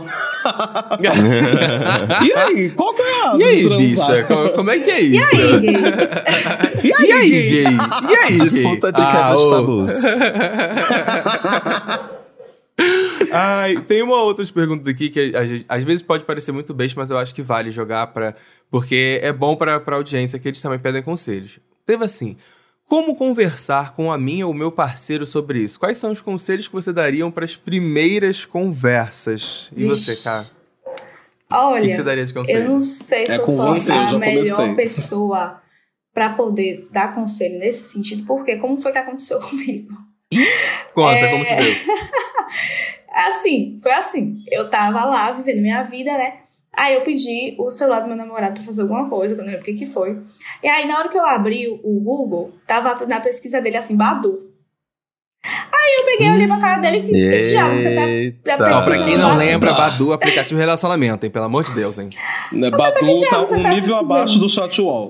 Speaker 3: E aí? Qual que é a
Speaker 2: E aí, bicha? Como, como é que é isso?
Speaker 4: E aí, gay?
Speaker 3: E aí,
Speaker 2: e aí gay?
Speaker 3: gay?
Speaker 2: E aí,
Speaker 1: disputa de quebra de tabus.
Speaker 2: Ai, tem uma outra pergunta aqui que às vezes pode parecer muito besta, mas eu acho que vale jogar pra, porque é bom pra, pra audiência que eles também pedem conselhos. Teve assim: como conversar com a minha ou meu parceiro sobre isso? Quais são os conselhos que você dariam para as primeiras conversas? E
Speaker 4: Ixi.
Speaker 2: você, cara?
Speaker 4: Olha,
Speaker 2: o que você daria de conselho?
Speaker 4: Eu não sei se
Speaker 3: é
Speaker 4: eu
Speaker 3: com
Speaker 4: sou
Speaker 3: você,
Speaker 4: a
Speaker 3: eu
Speaker 4: melhor
Speaker 3: comecei.
Speaker 4: pessoa pra poder dar conselho nesse sentido, porque como foi que aconteceu comigo?
Speaker 2: Conta,
Speaker 4: é...
Speaker 2: como se deu.
Speaker 4: Assim, foi assim. Eu tava lá vivendo minha vida, né? Aí eu pedi o celular do meu namorado pra fazer alguma coisa, que eu não lembro o que que foi. E aí, na hora que eu abri o Google, tava na pesquisa dele assim, Badu. Aí eu peguei, olhei pra cara dele e fiz, que diabo, você tá, tá
Speaker 2: pesquisando? Pra quem não
Speaker 4: Badu?
Speaker 2: lembra, Badu, aplicativo de relacionamento, hein? Pelo amor de Deus, hein?
Speaker 3: Né, Badu tá um tá nível abaixo do Chatwall.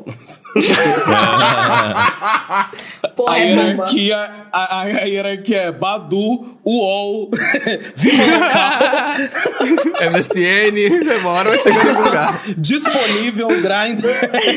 Speaker 4: Porra,
Speaker 3: a,
Speaker 4: é
Speaker 3: hierarquia, a, a hierarquia é Badu, U O L, Viva Local,
Speaker 2: M S N, demora, vai chegar em algum lugar.
Speaker 3: Disponível, Grindr.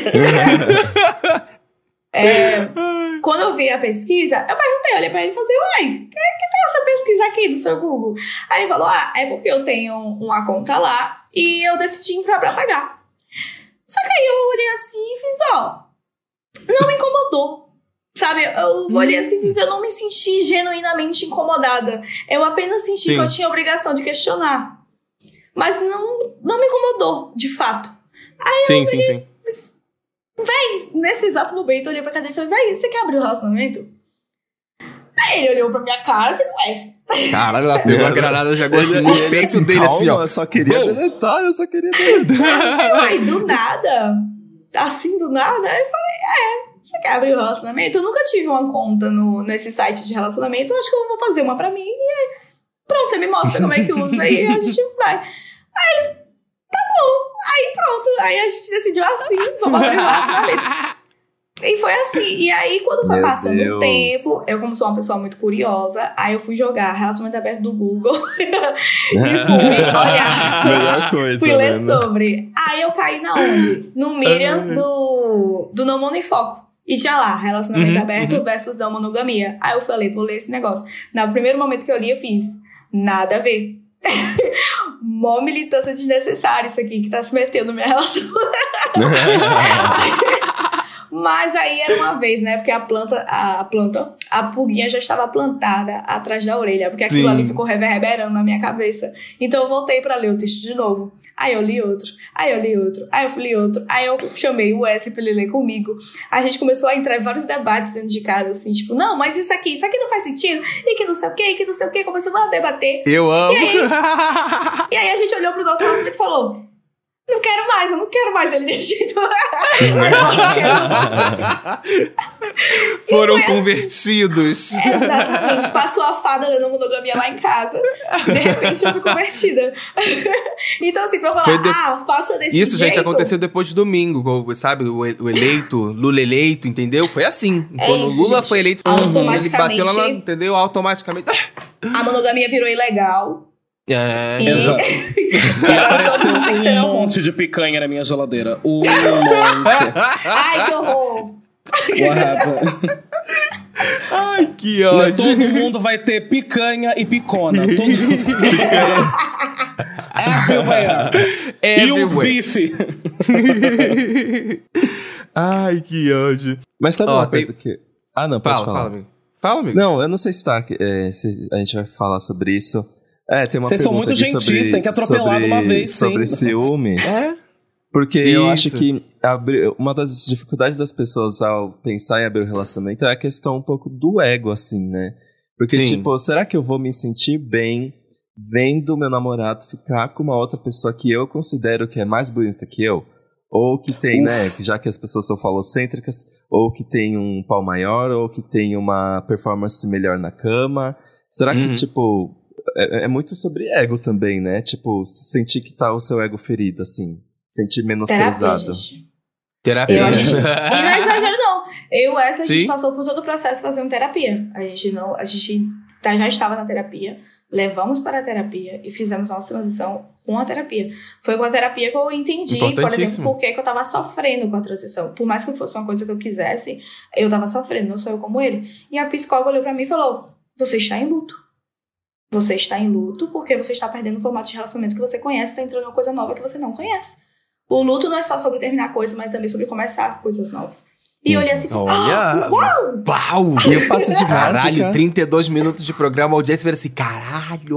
Speaker 4: É, quando eu vi a pesquisa, eu perguntei, olhei pra ele e falei, uai, que, que tem essa pesquisa aqui do seu Google? Aí ele falou, ah, é porque eu tenho uma conta lá e eu decidi entrar pra pagar. Só que aí eu olhei assim e fiz, ó, não me incomodou. Sabe, eu olhei assim e fiz, eu não me senti genuinamente incomodada. Eu apenas senti Sim. que eu tinha obrigação de questionar. Mas não, não me incomodou, de fato. Aí
Speaker 2: sim,
Speaker 4: eu
Speaker 2: sim,
Speaker 4: olhei,
Speaker 2: sim.
Speaker 4: Fiz, véi, nesse exato momento eu olhei pra cadeira e falei, véi, você quer abrir o relacionamento? Aí ele olhou pra minha cara e fez, ué.
Speaker 2: Caralho, ela pegou a granada, jogou assim no peito dele,
Speaker 1: calma,
Speaker 2: assim, ó.
Speaker 1: Eu só queria deletar, eu só queria deletar.
Speaker 4: Aí, do nada, assim, do nada, aí eu falei, é, você quer abrir o relacionamento? Eu nunca tive uma conta no, nesse site de relacionamento, eu acho que eu vou fazer uma pra mim e aí, pronto, você me mostra como é que usa e a gente vai. Aí ele, tá bom. Aí pronto, aí a gente decidiu assim, vamos abrir o relacionamento. E foi assim, e aí quando foi
Speaker 1: Meu
Speaker 4: passando
Speaker 1: Deus.
Speaker 4: o tempo, eu como sou uma pessoa muito curiosa, aí eu fui jogar relacionamento aberto do Google e fui olhar,
Speaker 1: Melhor coisa,
Speaker 4: fui ler
Speaker 1: né?
Speaker 4: sobre. Aí eu caí na onde? No Miriam do, do Não Mono em Foco. E tinha lá, relacionamento
Speaker 2: Uhum,
Speaker 4: aberto
Speaker 2: uhum.
Speaker 4: versus não monogamia. Aí eu falei, vou ler esse negócio. No primeiro momento que eu li, eu fiz, nada a ver. Mó militância desnecessária isso aqui que tá se metendo na minha relação. Mas aí era uma vez, né? Porque a planta, a planta, a pulguinha já estava plantada atrás da orelha, porque aquilo
Speaker 2: Sim.
Speaker 4: ali ficou reverberando na minha cabeça. Então eu voltei pra ler o texto de novo. Aí eu li outro, aí eu li outro, aí eu li outro. Aí eu chamei o Wesley pra ele ler comigo. A gente começou a entrar em vários debates dentro de casa, assim, tipo, não, mas isso aqui, isso aqui não faz sentido, e que não sei o que, e que não sei o que. Começamos a debater.
Speaker 2: Eu amo.
Speaker 4: E aí, e aí a gente olhou pro nosso relacionamento e falou, não quero mais, eu não quero mais ele desse jeito.
Speaker 2: Foram
Speaker 4: assim.
Speaker 2: convertidos.
Speaker 4: Exatamente, passou a fada da não monogamia lá em casa. De repente eu fui convertida. Então assim, pra eu falar, de... ah, faça desse
Speaker 2: Isso,
Speaker 4: jeito.
Speaker 2: gente, aconteceu depois de domingo, sabe? O eleito, Lula eleito, entendeu? Foi assim.
Speaker 4: É
Speaker 2: Quando
Speaker 4: isso,
Speaker 2: o Lula
Speaker 4: gente.
Speaker 2: foi eleito,
Speaker 4: Automaticamente,
Speaker 2: ele bateu lá, entendeu? Automaticamente.
Speaker 4: A monogamia virou ilegal.
Speaker 2: É,
Speaker 4: E...
Speaker 3: exato. E apareceu um monte de picanha na minha geladeira. Um monte.
Speaker 4: Ai, que horror.
Speaker 3: What happened?
Speaker 2: Ai, que
Speaker 3: Não,
Speaker 2: ódio.
Speaker 3: todo mundo vai ter picanha e picona. Todo mundo. Everywhere. E os bife.
Speaker 2: Ai, que ódio.
Speaker 1: Mas sabe
Speaker 2: Ó,
Speaker 1: uma
Speaker 2: tem-
Speaker 1: coisa que... Ah, não, pode
Speaker 2: Fala,
Speaker 1: falar.
Speaker 2: fala, amigo. Fala, amigo.
Speaker 1: Não, eu não sei se, tá, é, se a gente vai falar sobre isso. É, tem uma
Speaker 3: Vocês são
Speaker 1: pergunta
Speaker 3: muito
Speaker 1: aqui
Speaker 3: gentis,
Speaker 1: sobre,
Speaker 3: tem que atropelar
Speaker 1: sobre,
Speaker 3: de uma vez, sim.
Speaker 1: sobre ciúmes.
Speaker 2: É?
Speaker 1: Porque eu acho
Speaker 2: Isso.
Speaker 1: que abrir, uma das dificuldades das pessoas ao pensar em abrir o relacionamento é a questão um pouco do ego, assim, né? Porque,
Speaker 2: Sim.
Speaker 1: tipo, será que eu vou me sentir bem vendo meu namorado ficar com uma outra pessoa que eu considero que é mais bonita que eu? Ou que tem,
Speaker 3: Uf.
Speaker 1: né, já que as pessoas são falocêntricas, ou que tem um pau maior, ou que tem uma performance melhor na cama. Será
Speaker 2: Uhum.
Speaker 1: que, tipo, é, é muito sobre ego também, né? Tipo, sentir que tá o seu ego ferido, assim. Sentir
Speaker 4: Terapia,
Speaker 1: menosprezado.
Speaker 4: gente.
Speaker 2: Terapia.
Speaker 4: Eu, a gente, e não é exagero, não. Eu e essa, a gente
Speaker 2: Sim.
Speaker 4: passou por todo o processo fazendo terapia. A gente não. A gente tá- já estava na terapia, levamos para a terapia e fizemos nossa transição com a terapia. Foi com a terapia que eu entendi, por exemplo,
Speaker 2: Importantíssimo.
Speaker 4: por que que eu tava sofrendo com a transição. Por mais que fosse uma coisa que eu quisesse, eu tava sofrendo, não sou eu como ele. E a psicóloga olhou pra mim e falou: você está em luto. Você está em luto porque você está perdendo o formato de relacionamento que você conhece, está entrando em uma coisa nova que você não conhece. O luto não é só sobre terminar coisas, mas também sobre começar coisas novas. E eu olhei assim e falei:
Speaker 2: Olha!
Speaker 4: ah, uau!
Speaker 2: Pau!
Speaker 1: E eu passo de mágica.
Speaker 2: Caralho, trinta e dois minutos de programa, a audiência vai assim, caralho!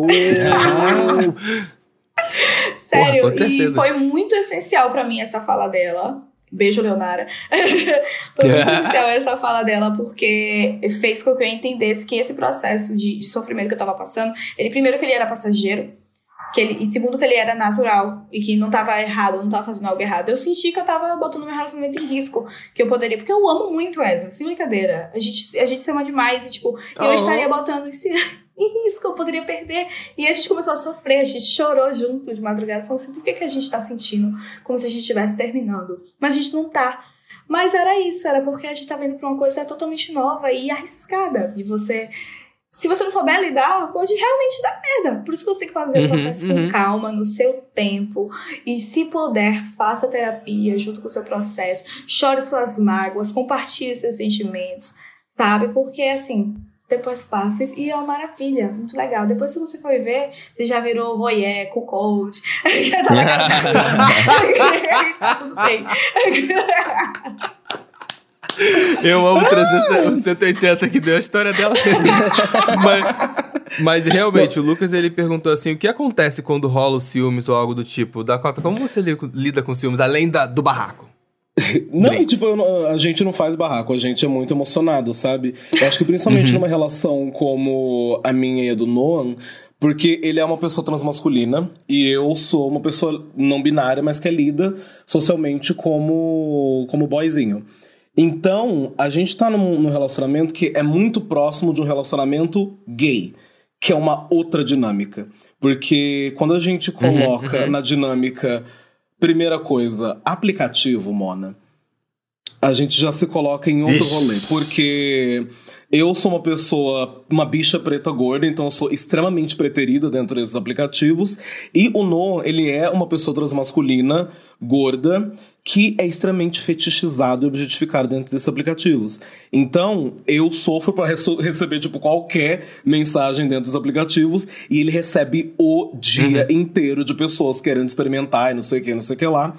Speaker 4: Sério,
Speaker 2: Porra, com
Speaker 4: e
Speaker 2: certeza.
Speaker 4: foi muito essencial pra mim essa fala dela. Beijo, Leonara. Foi muito essencial essa fala dela, porque fez com que eu entendesse que esse processo de, de sofrimento que eu tava passando, ele primeiro que ele era passageiro, que ele, e segundo que ele era natural, e que não tava errado, não tava fazendo algo errado. Eu senti que eu tava botando meu relacionamento em risco, que eu poderia, porque eu amo muito essa, sem brincadeira. A gente, a gente se ama demais, e tipo, eu
Speaker 2: Oh.
Speaker 4: estaria botando isso em risco, eu poderia perder. E a gente começou a sofrer, a gente chorou junto de madrugada, falando assim, por que, que a gente tá sentindo como se a gente estivesse terminando? Mas a gente não tá. Mas era isso, era porque a gente tá vendo pra uma coisa totalmente nova e arriscada, de você... Se você não souber lidar, pode realmente dar merda. Por isso que você tem que fazer
Speaker 2: Uhum,
Speaker 4: o processo
Speaker 2: uhum.
Speaker 4: com calma, no seu tempo. E se puder, faça terapia junto com o seu processo. Chore suas mágoas, compartilhe seus sentimentos, sabe? Porque, assim, depois passa e é uma maravilha, muito legal. Depois, se você for ver, você já virou voyeur, coach. Tá na cara. Tá tudo bem.
Speaker 2: Eu amo trezentos e oitenta que deu a história dela. mas, mas realmente, o Lucas ele perguntou assim: o que acontece quando rola os ciúmes ou algo do tipo? Dakota, como você li- lida com ciúmes, além da, do barraco?
Speaker 3: Não,
Speaker 2: Blitz.
Speaker 3: tipo, eu não- a gente não faz barraco, a gente é muito emocionado, sabe? Eu acho que principalmente numa relação como a minha e a do Noam, porque ele é uma pessoa transmasculina e eu sou uma pessoa não binária, mas que é lida socialmente como, como boyzinho. Então, a gente tá num, num relacionamento que é muito próximo de um relacionamento gay, que é uma outra dinâmica. Porque quando a gente coloca
Speaker 2: Uhum, uhum.
Speaker 3: na dinâmica, primeira coisa, aplicativo, Mona, a gente já se coloca em outro
Speaker 2: Ixi.
Speaker 3: rolê. Porque eu sou uma pessoa, uma bicha preta gorda, então eu sou extremamente preterida dentro desses aplicativos. E o Noah, ele é uma pessoa transmasculina, gorda, que é extremamente fetichizado e objetificado dentro desses aplicativos. Então, eu sofro pra reso- receber, tipo, qualquer mensagem dentro dos aplicativos e ele recebe o dia inteiro de pessoas querendo experimentar e não sei o que, não sei o que lá.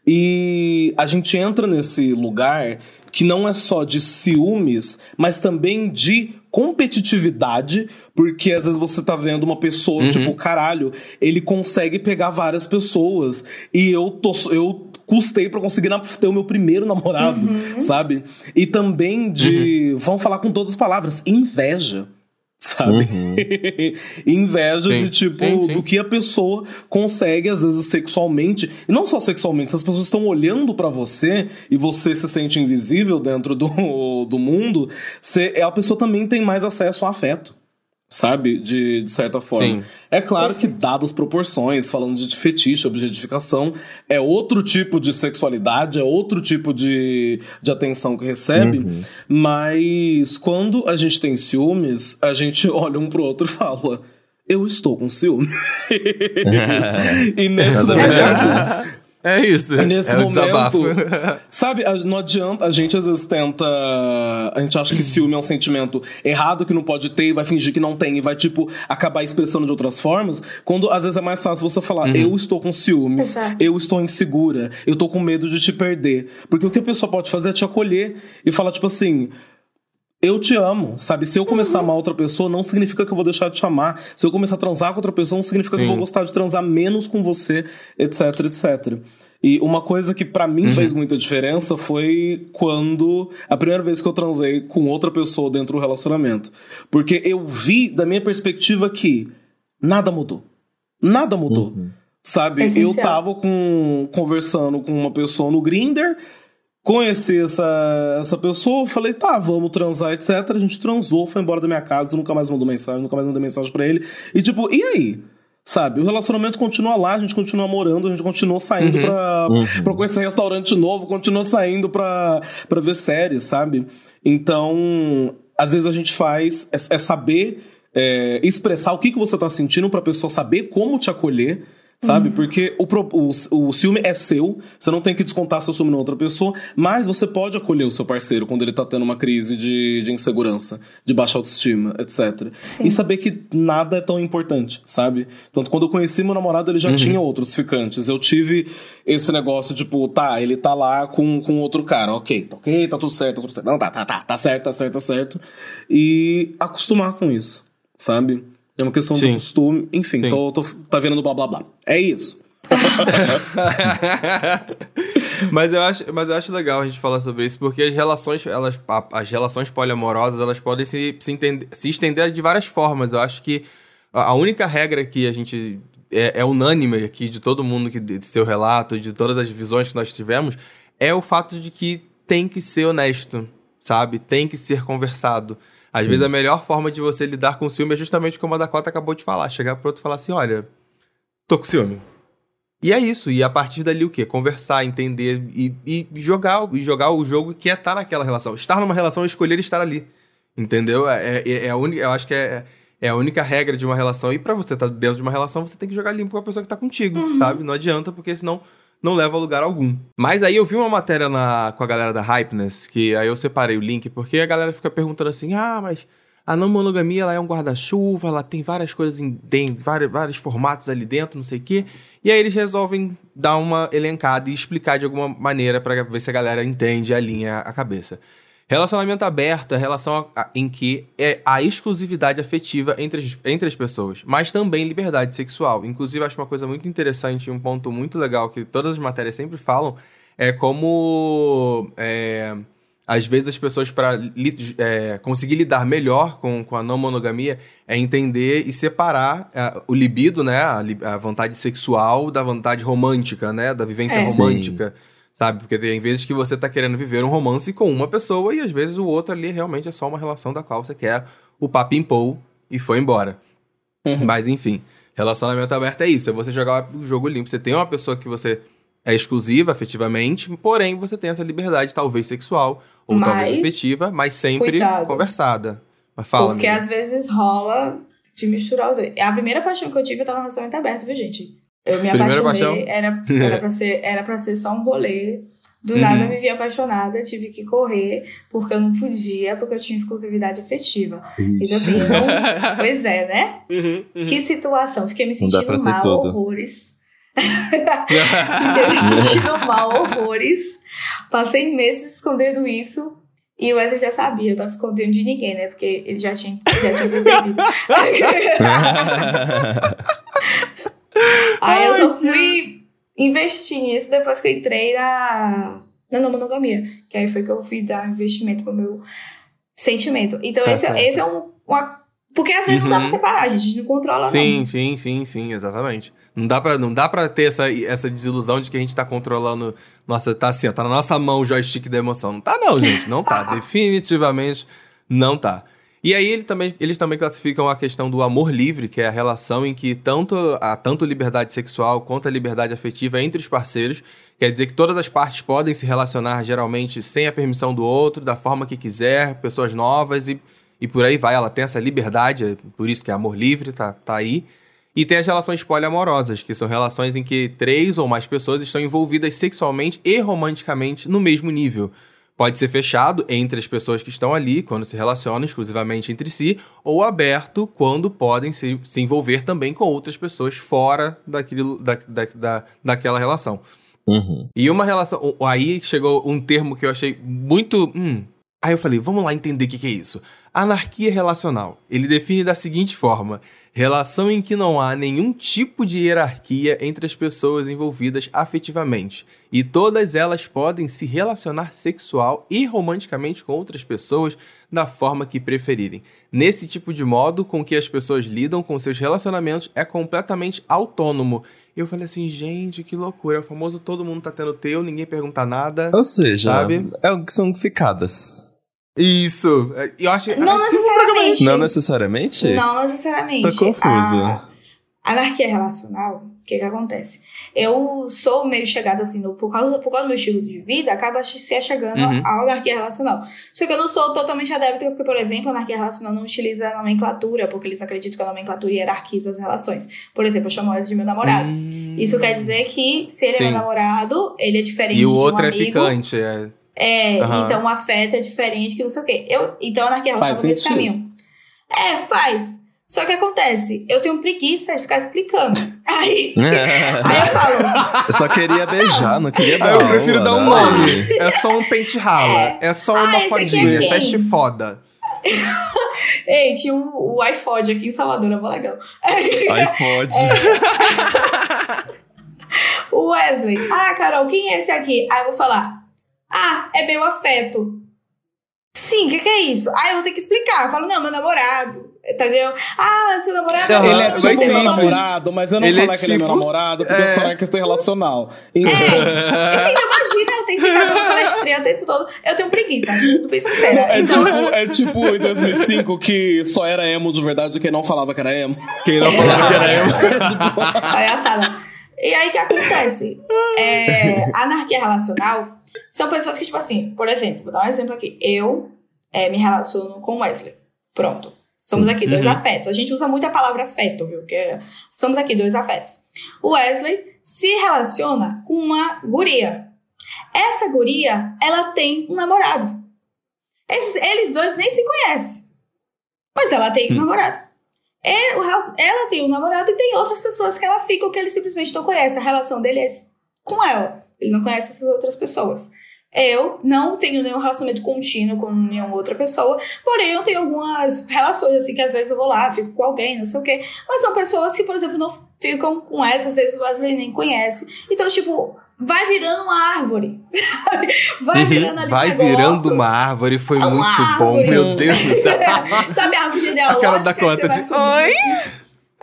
Speaker 3: E a gente entra nesse lugar que não é só de ciúmes, mas também de competitividade, porque às vezes você tá vendo uma pessoa,
Speaker 2: Uhum.
Speaker 3: tipo, caralho, ele consegue pegar várias pessoas e eu tô eu custei pra conseguir na- ter o meu primeiro namorado, sabe? E também de, vamos falar com todas as palavras, inveja. Sabe? Inveja
Speaker 2: Sim,
Speaker 3: de tipo,
Speaker 2: sim, sim.
Speaker 3: do que a pessoa consegue, às vezes, sexualmente. E não só sexualmente, se as pessoas estão olhando pra você e você se sente invisível dentro do, do mundo, você, a pessoa também tem mais acesso ao afeto. Sabe? De, de certa forma.
Speaker 2: Sim.
Speaker 3: É claro que, dadas as proporções, falando de fetiche, objetificação, é outro tipo de sexualidade, é outro tipo de, de atenção que recebe.
Speaker 1: Uhum.
Speaker 3: Mas quando a gente tem ciúmes, a gente olha um pro outro e fala: eu estou com ciúme. E nesse
Speaker 1: Exatamente.
Speaker 3: momento.
Speaker 2: É isso.
Speaker 3: E nesse
Speaker 2: é o
Speaker 3: momento,
Speaker 2: desabafo.
Speaker 3: sabe, a- não adianta, a gente às vezes tenta, a gente acha que ciúme é um sentimento errado que não pode ter e vai fingir que não tem e vai, tipo, acabar expressando de outras formas, quando às vezes é mais fácil você falar, eu estou com ciúmes,
Speaker 4: Exato.
Speaker 3: eu estou insegura, eu tô com medo de te perder. Porque o que a pessoa pode fazer é te acolher e falar, tipo assim, eu te amo, sabe? Se eu começar a amar outra pessoa, não significa que eu vou deixar de te amar. Se eu começar a transar com outra pessoa, não significa que eu vou gostar de transar menos com você, etc, etcétera. E uma coisa que pra mim fez muita diferença foi quando a primeira vez que eu transei com outra pessoa dentro do relacionamento. Porque eu vi, da minha perspectiva, que nada mudou. Nada mudou. Sabe?
Speaker 4: Essencial.
Speaker 3: Eu tava com, conversando com uma pessoa no Grindr, conheci essa, essa pessoa, falei, tá, vamos transar, etcétera. A gente transou, foi embora da minha casa, nunca mais mandou mensagem, nunca mais mandei mensagem pra ele. E tipo, e aí? Sabe? O relacionamento continua lá, a gente continua morando, a gente continua saindo
Speaker 2: Uhum.
Speaker 3: pra,
Speaker 1: Uhum.
Speaker 3: pra conhecer restaurante novo, continua saindo pra, pra ver séries, sabe? Então, às vezes a gente faz, é, é saber é, expressar o que, que você tá sentindo pra pessoa saber como te acolher, sabe? Porque o, pro- o, o ciúme é seu, você não tem que descontar seu ciúme na outra pessoa, mas você pode acolher o seu parceiro quando ele tá tendo uma crise de, de insegurança, de baixa autoestima, etcétera.
Speaker 4: Sim.
Speaker 3: E saber que nada é tão importante, sabe? Tanto quando eu conheci meu namorado, ele já tinha outros ficantes. Eu tive esse negócio, tipo, tá, ele tá lá com, com outro cara, ok, tá ok, tá tudo certo, tá tudo certo. Não, tá, tá, tá, tá certo, tá certo, tá certo. E acostumar com isso, sabe? É uma questão
Speaker 2: Sim.
Speaker 3: de costume. Enfim,
Speaker 2: Sim.
Speaker 3: tô, tô, tá vendo no blá blá blá. É isso.
Speaker 2: mas, eu acho, mas eu acho legal a gente falar sobre isso, porque as relações, elas, a- as relações poliamorosas, elas podem se, se, entender, se estender de várias formas. Eu acho que a a única regra que a gente é, é unânime aqui de todo mundo, que de seu relato, de todas as visões que nós tivemos, é o fato de que tem que ser honesto, sabe? Tem que ser conversado. Às
Speaker 1: Sim.
Speaker 2: vezes a melhor forma de você lidar com o ciúme é justamente como a Dakota acabou de falar. Chegar pro outro e falar assim, olha, tô com ciúme. E é isso. E a partir dali o quê? Conversar, entender e, e jogar, e jogar o jogo que é estar naquela relação. Estar numa relação é escolher estar ali. Entendeu? É, é, é a única, eu acho que é, é a única regra de uma relação. E pra você estar dentro de uma relação, você tem que jogar limpo com a pessoa que tá contigo, sabe? Não adianta, porque senão não leva a lugar algum. Mas aí eu vi uma matéria na, com a galera da Hypeness, que aí eu separei o link, porque a galera fica perguntando assim, ah, mas a não monogamia, ela é um guarda-chuva, ela tem várias coisas em dentro, vários, vários formatos ali dentro, não sei o quê. E aí eles resolvem dar uma elencada e explicar de alguma maneira pra ver se a galera entende e alinha a cabeça. Relacionamento aberto é a relação a- a- em que é a exclusividade afetiva entre as, entre as pessoas, mas também liberdade sexual. Inclusive, acho uma coisa muito interessante, um ponto muito legal que todas as matérias sempre falam, é como, é, às vezes, as pessoas, para conseguir lidar melhor com, com a não monogamia, é entender e separar é, o libido, né, a, li- a vontade sexual da vontade romântica, né, da vivência
Speaker 4: É.
Speaker 2: romântica. Sabe? Porque tem vezes que você tá querendo viver um romance com uma pessoa e às vezes o outro ali realmente é só uma relação da qual você quer o papimpou e foi embora.
Speaker 3: Uhum.
Speaker 2: Mas enfim, relacionamento aberto é isso, é você jogar o jogo limpo. Você tem uma pessoa que você é exclusiva afetivamente, porém você tem essa liberdade talvez sexual ou
Speaker 4: Mas,
Speaker 2: talvez afetiva, mas sempre
Speaker 4: cuidado.
Speaker 2: conversada. Mas fala,
Speaker 4: Porque
Speaker 2: amiga.
Speaker 4: às vezes rola de misturar os dois. A primeira paixão que eu tive, eu tava no relacionamento aberto, viu, gente? Eu me
Speaker 2: Primeira
Speaker 4: apaixonei,
Speaker 2: paixão?
Speaker 4: era, era, pra ser, era pra ser só um rolê. Do
Speaker 2: Uhum.
Speaker 4: nada eu me vi apaixonada, tive que correr, porque eu não podia, porque eu tinha exclusividade afetiva. Então assim, não... pois é, né?
Speaker 2: Uhum, uhum.
Speaker 4: Que situação, fiquei me
Speaker 1: Não dá pra
Speaker 4: sentindo
Speaker 1: ter
Speaker 4: mal,
Speaker 1: tudo.
Speaker 4: horrores. Fiquei me sentindo mal, horrores. Passei meses escondendo isso. E o Wesley já sabia, eu tava escondendo de ninguém, né? Porque ele já tinha, já tinha percebido. Aí eu só fui investir nisso depois que eu entrei na, na não monogamia. Que aí foi que eu fui dar investimento pro meu sentimento. Então
Speaker 2: Tá
Speaker 4: esse,
Speaker 2: certo.
Speaker 4: esse é um, uma... Porque às vezes não dá
Speaker 2: Uhum.
Speaker 4: pra separar, a gente não controla
Speaker 2: Sim,
Speaker 4: não.
Speaker 2: sim, sim, sim, exatamente. Não dá pra, não dá pra ter essa, essa desilusão de que a gente tá controlando. Nossa, tá assim, ó, tá na nossa mão o joystick da emoção. Não tá, não, gente. Não tá. Definitivamente não tá. E aí ele também, eles também classificam a questão do amor livre, que é a relação em que tanto a tanto liberdade sexual quanto a liberdade afetiva entre os parceiros. Quer dizer que todas as partes podem se relacionar geralmente sem a permissão do outro, da forma que quiser, pessoas novas e. E por aí vai, ela tem essa liberdade, é por isso que é amor livre, tá, tá aí. E tem as relações poliamorosas, que são relações em que três ou mais pessoas estão envolvidas sexualmente e romanticamente no mesmo nível. Pode ser fechado entre as pessoas que estão ali, quando se relacionam exclusivamente entre si, ou aberto quando podem se, se envolver também com outras pessoas fora daquilo, da, da, da, daquela relação.
Speaker 1: Uhum.
Speaker 2: E uma relação... Aí chegou um termo que eu achei muito... Hum, aí eu falei, vamos lá entender o que, que é isso. Anarquia relacional. Ele define da seguinte forma: relação em que não há nenhum tipo de hierarquia entre as pessoas envolvidas afetivamente, e todas elas podem se relacionar sexual e romanticamente com outras pessoas da forma que preferirem. Nesse tipo de modo com que as pessoas lidam com seus relacionamentos é completamente autônomo. Eu falei assim, gente, que loucura. É o famoso todo mundo tá tendo teu, ninguém pergunta nada.
Speaker 1: Ou seja,
Speaker 2: sabe?
Speaker 1: É o que são ficadas.
Speaker 2: Isso. Eu acho...
Speaker 4: Não necessariamente.
Speaker 1: Não necessariamente?
Speaker 4: Não necessariamente.
Speaker 1: Tô confuso.
Speaker 4: A anarquia relacional, o que que acontece? Eu sou meio chegada assim, no, por, causa, por causa do meu estilo de vida, acaba se chegando
Speaker 2: Uhum.
Speaker 4: à anarquia relacional. Só que eu não sou totalmente adepta, porque, por exemplo, a anarquia relacional não utiliza a nomenclatura, porque eles acreditam que a nomenclatura hierarquiza as relações. Por exemplo, eu chamo ele de meu namorado.
Speaker 2: Hum.
Speaker 4: Isso quer dizer que, se ele
Speaker 2: Sim.
Speaker 4: é meu namorado, ele é diferente
Speaker 2: E o
Speaker 4: de um
Speaker 2: outro é
Speaker 4: amigo.
Speaker 2: ficante, é...
Speaker 4: É,
Speaker 2: Aham.
Speaker 4: então o afeto é diferente que não sei o quê. Eu, então a anarquia
Speaker 3: Faz
Speaker 4: relacional é esse
Speaker 3: sentido.
Speaker 4: caminho. É, faz. Só que acontece, eu tenho preguiça de ficar explicando. Aí, aí eu falo,
Speaker 1: Eu só queria beijar, não queria dar
Speaker 2: Ah, eu prefiro
Speaker 1: aula,
Speaker 2: dar um
Speaker 1: né?
Speaker 2: nome. É só um pente rala. É, só
Speaker 4: Ah,
Speaker 2: uma
Speaker 4: esse aqui é
Speaker 2: fodinha.
Speaker 4: quem?
Speaker 2: Feste foda.
Speaker 4: ei, tinha o, o iPod aqui em Salvador, é mó legal.
Speaker 1: Aí fode.
Speaker 4: O Wesley, ah, Carol, quem é esse aqui? Aí eu vou falar, ah, é meu afeto. Sim, o que, que é isso? Ah, eu vou ter que explicar. Eu falo, não, meu namorado. Entendeu? Ah, seu namorado...
Speaker 2: Aham,
Speaker 3: Ele é
Speaker 2: mas
Speaker 3: tipo meu
Speaker 2: simples.
Speaker 3: namorado, mas eu não
Speaker 2: Ele
Speaker 3: vou
Speaker 2: é
Speaker 3: falar que ele é meu
Speaker 2: tipo-
Speaker 3: namorado, porque
Speaker 2: é.
Speaker 3: eu sou anarquista relacional. Então,
Speaker 4: É, assim, então imagina, eu tenho que ficar dando palestrinha o tempo todo. Eu tenho preguiça, sendo bem sincera.
Speaker 3: é,
Speaker 4: Então,
Speaker 3: tipo, é tipo em dois mil e cinco que só era emo de verdade quem não falava que era emo.
Speaker 2: Quem não falava que era eu.
Speaker 4: palhaçada. E aí, o que acontece? É, a anarquia relacional são pessoas que, tipo assim, por exemplo, vou dar um exemplo aqui. Eu é, me relaciono com o Wesley. Pronto. Somos aqui dois
Speaker 2: Uhum.
Speaker 4: afetos. A gente usa muito a palavra afeto, viu? Que é, somos aqui dois afetos. O Wesley se relaciona com uma guria. Essa guria, ela tem um namorado. Esses, eles dois nem se conhecem. Mas ela tem um
Speaker 2: Hum.
Speaker 4: namorado. E o relacion- ela tem um namorado e tem outras pessoas que ela fica que ele simplesmente não conhece. A relação dele é com ela. Ele não conhece essas outras pessoas. Eu não tenho nenhum relacionamento contínuo com nenhuma outra pessoa, porém eu tenho algumas relações, assim, que às vezes eu vou lá, fico com alguém, não sei o quê. Mas são pessoas que, por exemplo, não ficam com essa, às vezes o Wesley nem conhece. Então, tipo, vai virando uma árvore, sabe? Vai virando ali
Speaker 2: Vai
Speaker 4: um negócio.
Speaker 2: virando uma árvore, foi
Speaker 4: Uma
Speaker 2: muito
Speaker 4: árvore.
Speaker 2: bom, meu Deus do céu.
Speaker 4: Sabe a árvore genealógica?
Speaker 2: A cara da
Speaker 4: que
Speaker 2: conta
Speaker 4: você vai
Speaker 2: de,
Speaker 4: subindo
Speaker 2: "Oi?"
Speaker 4: assim?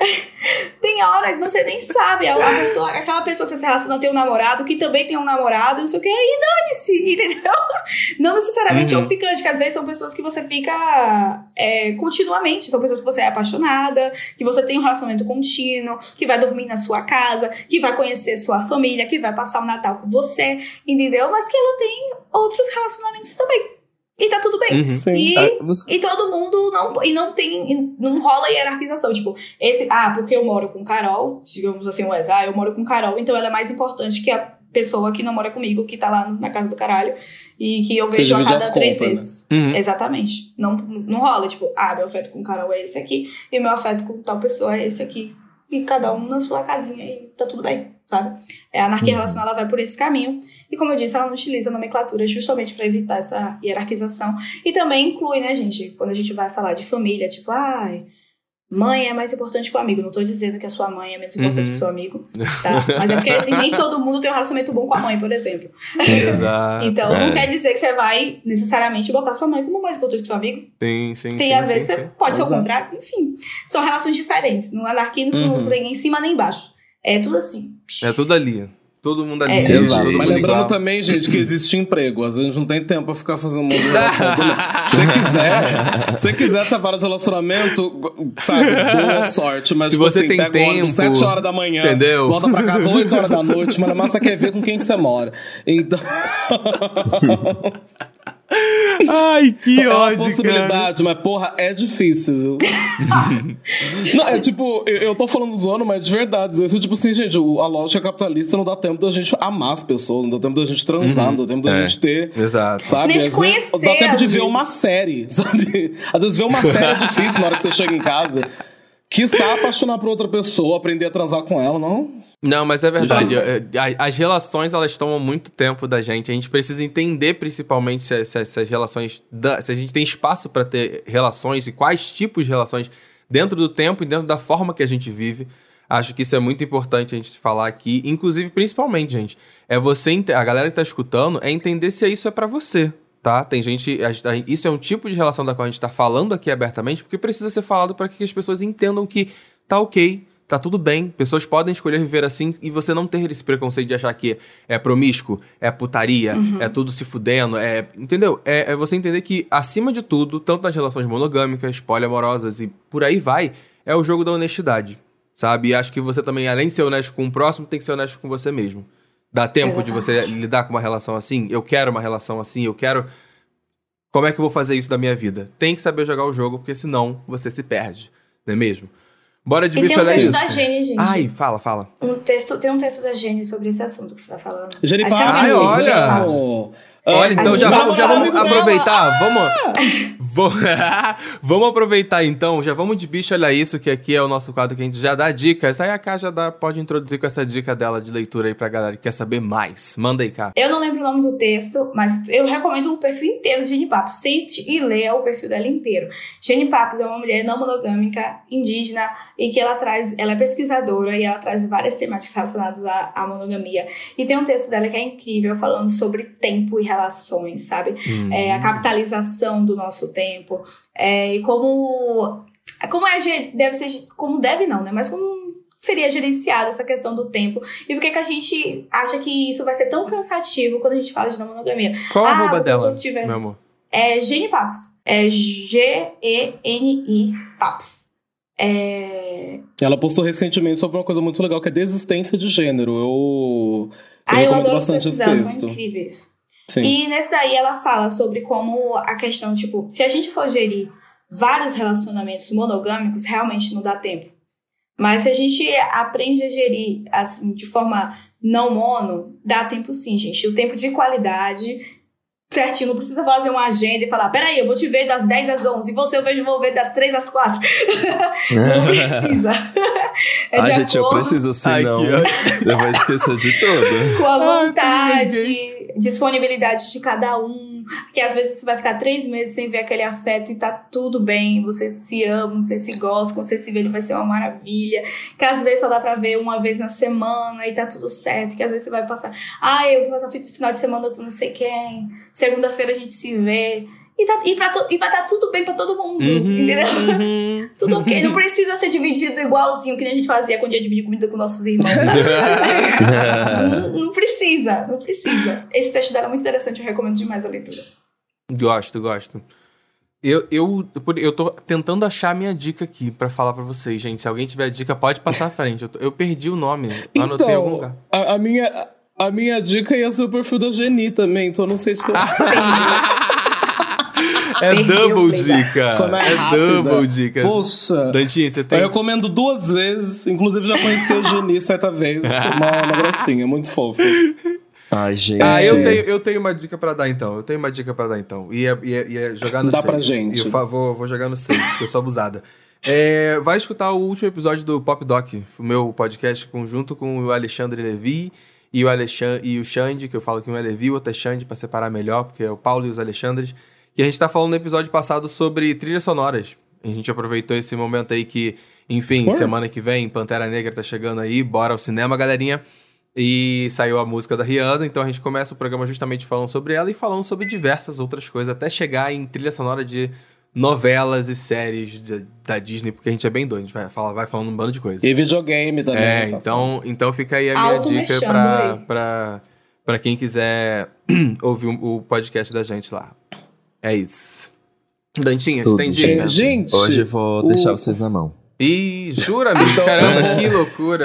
Speaker 4: Tem hora que você nem sabe. A, a pessoa, aquela pessoa que você se relaciona tem um namorado, que também tem um namorado, não sei o que, e dane-se, entendeu? Não necessariamente
Speaker 2: Uhum.
Speaker 4: é um ficante, que às vezes são pessoas que você fica é, continuamente, são pessoas que você é apaixonada, que você tem um relacionamento contínuo, que vai dormir na sua casa, que vai conhecer sua família, que vai passar o Natal com você, entendeu? Mas que ela tem outros relacionamentos também. E tá tudo bem.
Speaker 2: Uhum.
Speaker 3: Sim.
Speaker 4: E,
Speaker 1: Ah, você-
Speaker 4: e todo mundo não, e não tem, e não rola hierarquização. Tipo, esse, ah, porque eu moro com Carol, digamos assim, Wes, ah, eu moro com Carol, então ela é mais importante que a pessoa que não mora comigo, que tá lá na casa do caralho, e que eu
Speaker 3: Você
Speaker 4: vejo a
Speaker 3: divide
Speaker 4: cada
Speaker 3: as
Speaker 4: três
Speaker 3: contas, né?
Speaker 4: vezes.
Speaker 2: Uhum.
Speaker 4: Exatamente. Não, não rola, tipo, ah, meu afeto com Carol é esse aqui, e meu afeto com tal pessoa é esse aqui. E cada um na sua casinha e tá tudo bem, sabe? É, a anarquia
Speaker 1: Uhum.
Speaker 4: relacional, ela vai por esse caminho. E como eu disse, ela não utiliza a nomenclatura justamente pra evitar essa hierarquização. E também inclui, né, gente? Quando a gente vai falar de família, tipo, ai, mãe é mais importante que o amigo. Não tô dizendo que a sua mãe é menos importante
Speaker 2: Uhum.
Speaker 4: que o seu amigo, tá? Mas é porque tem- nem todo mundo tem um relacionamento bom com a mãe, por exemplo.
Speaker 2: Exato.
Speaker 4: Então,
Speaker 1: É.
Speaker 4: não quer dizer que você vai necessariamente botar sua mãe como mais importante que o seu amigo.
Speaker 2: Sim, sim,
Speaker 4: Tem,
Speaker 2: sim,
Speaker 4: às
Speaker 2: sim,
Speaker 4: vezes,
Speaker 2: sim.
Speaker 4: você pode ser o
Speaker 3: Exato.
Speaker 4: contrário. Enfim, são relações diferentes. No anarquia não
Speaker 3: Uhum.
Speaker 4: tem nem em cima nem embaixo. É tudo assim.
Speaker 2: É tudo ali. Todo mundo ali.
Speaker 4: É.
Speaker 2: todo
Speaker 3: Exato.
Speaker 2: mundo
Speaker 3: Mas lembrando
Speaker 2: igual.
Speaker 3: também, gente, que existe emprego. Às vezes não tem tempo pra ficar fazendo um monte de relação. Se você quiser, se você quiser ter vários relacionamentos, sabe, boa sorte. Mas
Speaker 2: Se
Speaker 3: tipo
Speaker 2: você
Speaker 3: assim,
Speaker 2: tem
Speaker 3: pega um ônibus
Speaker 2: tempo,
Speaker 3: sete horas da manhã,
Speaker 2: entendeu?
Speaker 3: volta pra casa oito horas da noite, mas a massa quer ver com quem você mora. Então...
Speaker 2: Ai, que
Speaker 3: é
Speaker 2: ódio,
Speaker 3: uma possibilidade,
Speaker 2: cara.
Speaker 3: mas porra, é difícil, viu? Não, é tipo, eu, eu tô falando zoando, mas é de verdade. Às vezes, tipo assim, gente, a lógica capitalista não dá tempo da gente amar as pessoas, não dá tempo da gente transar, uhum. não dá tempo da
Speaker 1: é.
Speaker 3: gente ter.
Speaker 2: Exato.
Speaker 3: Sabe?
Speaker 4: Nem
Speaker 3: Às
Speaker 4: te conhecer,
Speaker 3: vezes, dá tempo de ver
Speaker 4: vezes.
Speaker 3: uma série, sabe? Às vezes ver uma série é difícil na hora que você chega em casa. Quiçá apaixonar por outra pessoa, aprender a transar com ela, não?
Speaker 2: Não, mas é verdade.
Speaker 3: Isso.
Speaker 2: As relações, elas tomam muito tempo da gente. A gente precisa entender, principalmente, se, se, se as relações... Da, se a gente tem espaço para ter relações e quais tipos de relações dentro do tempo e dentro da forma que a gente vive. Acho que isso é muito importante a gente falar aqui. Inclusive, principalmente, gente, é você... A galera que tá escutando é entender se isso é para você. Tá? Tem gente... Isso é um tipo de relação da qual a gente tá falando aqui abertamente, porque precisa ser falado para que as pessoas entendam que tá ok, tá tudo bem, pessoas podem escolher viver assim e você não ter esse preconceito de achar que é promíscuo, é putaria, uhum. é tudo se fudendo, é... Entendeu? É, é você entender que, acima de tudo, tanto nas relações monogâmicas, poliamorosas e por aí vai, é o jogo da honestidade, sabe? E acho que você também, além de ser honesto com o próximo, tem que ser honesto com você mesmo. Dá tempo de você lidar com uma relação assim? Eu quero uma relação assim, eu quero... Como é que eu vou fazer isso da minha vida? Tem que saber jogar o jogo, porque senão você se perde, não é mesmo? Bora de
Speaker 4: e
Speaker 2: bicho, olha
Speaker 4: isso.
Speaker 2: isso.
Speaker 4: Tem um texto da Jenny, gente.
Speaker 2: Ai, fala, fala.
Speaker 4: Um texto, tem um texto da Jenny sobre esse assunto que você tá falando.
Speaker 3: Jenny
Speaker 4: Achei
Speaker 3: Papo.
Speaker 2: Ai,
Speaker 4: uma
Speaker 2: olha.
Speaker 3: Oh.
Speaker 2: Olha, então
Speaker 4: a
Speaker 2: já
Speaker 4: gente
Speaker 2: vamos, já
Speaker 4: vai
Speaker 2: vamos
Speaker 4: falar
Speaker 2: aproveitar,
Speaker 3: Ah!
Speaker 2: vamos... Vamos, vamos aproveitar então, já vamos de bicho, olha isso, que aqui é o nosso quadro que a gente já dá dicas. Aí a Ká já dá, pode introduzir com essa dica dela de leitura aí pra galera que quer saber mais. Manda aí, Ká.
Speaker 4: Eu não lembro o nome do texto, mas eu recomendo o perfil inteiro de Jenny Papos. Sente e leia o perfil dela inteiro. Jenny Papos é uma mulher não monogâmica, indígena, e que ela traz, ela é pesquisadora e ela traz várias temáticas relacionadas à, à monogamia. E tem um texto dela que é incrível, falando sobre tempo e relações, sabe? Hum. É, a capitalização do nosso tempo. É, e como, como é, deve ser, como deve não, né? Mas como seria gerenciada essa questão do tempo. E por que que a gente acha que isso vai ser tão cansativo quando a gente fala de não monogamia?
Speaker 2: Qual a
Speaker 4: ah,
Speaker 2: arroba dela,
Speaker 4: tiver...
Speaker 2: meu amor?
Speaker 4: É Jenny Papos. É G E N I Papos. É...
Speaker 3: Ela postou recentemente sobre uma coisa muito legal, que é desistência de gênero. Eu, eu
Speaker 4: ah,
Speaker 3: recomendo
Speaker 4: eu adoro
Speaker 3: bastante esse
Speaker 4: dela,
Speaker 3: texto.
Speaker 4: São incríveis.
Speaker 3: Sim.
Speaker 4: E nesse daí ela fala sobre como a questão, tipo, se a gente for gerir vários relacionamentos monogâmicos, realmente não dá tempo. Mas se a gente aprende a gerir assim, de forma não mono, dá tempo sim, gente. O tempo de qualidade... certinho, não precisa fazer uma agenda e falar, peraí, eu vou te ver das dez às onze, e você eu vejo, vou ver das três às quatro. Não precisa. É de
Speaker 1: Ai, gente,
Speaker 4: acordo...
Speaker 1: eu preciso assim,
Speaker 2: Ai,
Speaker 1: não.
Speaker 2: que...
Speaker 1: Eu vou esquecer de tudo.
Speaker 4: Com a vontade,
Speaker 2: Ai,
Speaker 4: disponibilidade de cada um. Que às vezes você vai ficar três meses sem ver aquele afeto e tá tudo bem. Você se ama, você se gosta, quando você se vê, ele vai ser uma maravilha. Que às vezes só dá pra ver uma vez na semana e tá tudo certo. Que às vezes você vai passar, ah, eu vou passar final de semana com não sei quem. Segunda-feira a gente se vê. E, tá, e, pra to, e vai estar tá tudo bem pra todo mundo,
Speaker 2: uhum,
Speaker 4: entendeu?
Speaker 2: Uhum.
Speaker 4: Tudo ok. Não precisa ser dividido igualzinho que nem a gente fazia quando ia dividir comida com nossos irmãos, sabe? não, não precisa, não precisa. Esse texto dela é muito interessante, eu recomendo demais a leitura.
Speaker 2: Gosto, gosto. Eu, eu, eu tô tentando achar a minha dica aqui pra falar pra vocês, gente. Se alguém tiver dica, pode passar à frente. Eu, tô, eu perdi o nome, eu anotei em algum lugar.
Speaker 3: A, a, minha, a minha dica ia ser o perfil da Geni também, então eu não sei de que eu
Speaker 2: É
Speaker 4: Perdeu,
Speaker 2: double
Speaker 4: playback.
Speaker 2: dica.
Speaker 3: Foi mais
Speaker 2: é
Speaker 3: rápida.
Speaker 2: double dica.
Speaker 3: Poxa.
Speaker 2: Dantinho, você tem...
Speaker 3: Eu recomendo duas vezes, inclusive já conheci a Geni certa vez, uma, uma gracinha, muito fofa.
Speaker 1: Ai, gente.
Speaker 2: Ah, eu tenho, eu tenho uma dica pra dar então. Eu tenho uma dica pra dar então. E é, e é, e é jogar no
Speaker 3: Dá
Speaker 2: seis.
Speaker 3: pra gente.
Speaker 2: E eu fa- vou, vou jogar no seis, porque eu sou abusada. É, vai escutar o último episódio do Pop Doc, o meu podcast conjunto com o Alexandre Levi e o, Alexandre, e o Xande, que eu falo que um é Levi, o outro é Xande, pra separar melhor, porque é o Paulo e os Alexandres. E a gente tá falando no episódio passado sobre trilhas sonoras. A gente aproveitou esse momento aí que, enfim,
Speaker 3: Porra.
Speaker 2: semana que vem, Pantera Negra tá chegando aí, bora ao cinema, galerinha. E saiu a música da Rihanna, então a gente começa o programa justamente falando sobre ela e falando sobre diversas outras coisas, até chegar em trilha sonora de novelas e séries de, da Disney, porque a gente é bem doido, a gente vai, falar, vai falando um bando de coisas.
Speaker 3: E videogame também.
Speaker 2: É,
Speaker 3: tá
Speaker 2: então, então fica aí a minha
Speaker 4: Alto
Speaker 2: dica
Speaker 4: mexendo
Speaker 2: pra,
Speaker 4: aí.
Speaker 2: pra, pra quem quiser ouvir o, o podcast da gente lá. É isso. Dantinha, você
Speaker 1: Tudo,
Speaker 2: tem
Speaker 3: É,
Speaker 2: dica?
Speaker 3: gente,
Speaker 1: Hoje eu vou
Speaker 3: o-
Speaker 1: deixar vocês na mão.
Speaker 2: Ih, jura, amigo?
Speaker 3: Então-
Speaker 2: Caramba, que loucura.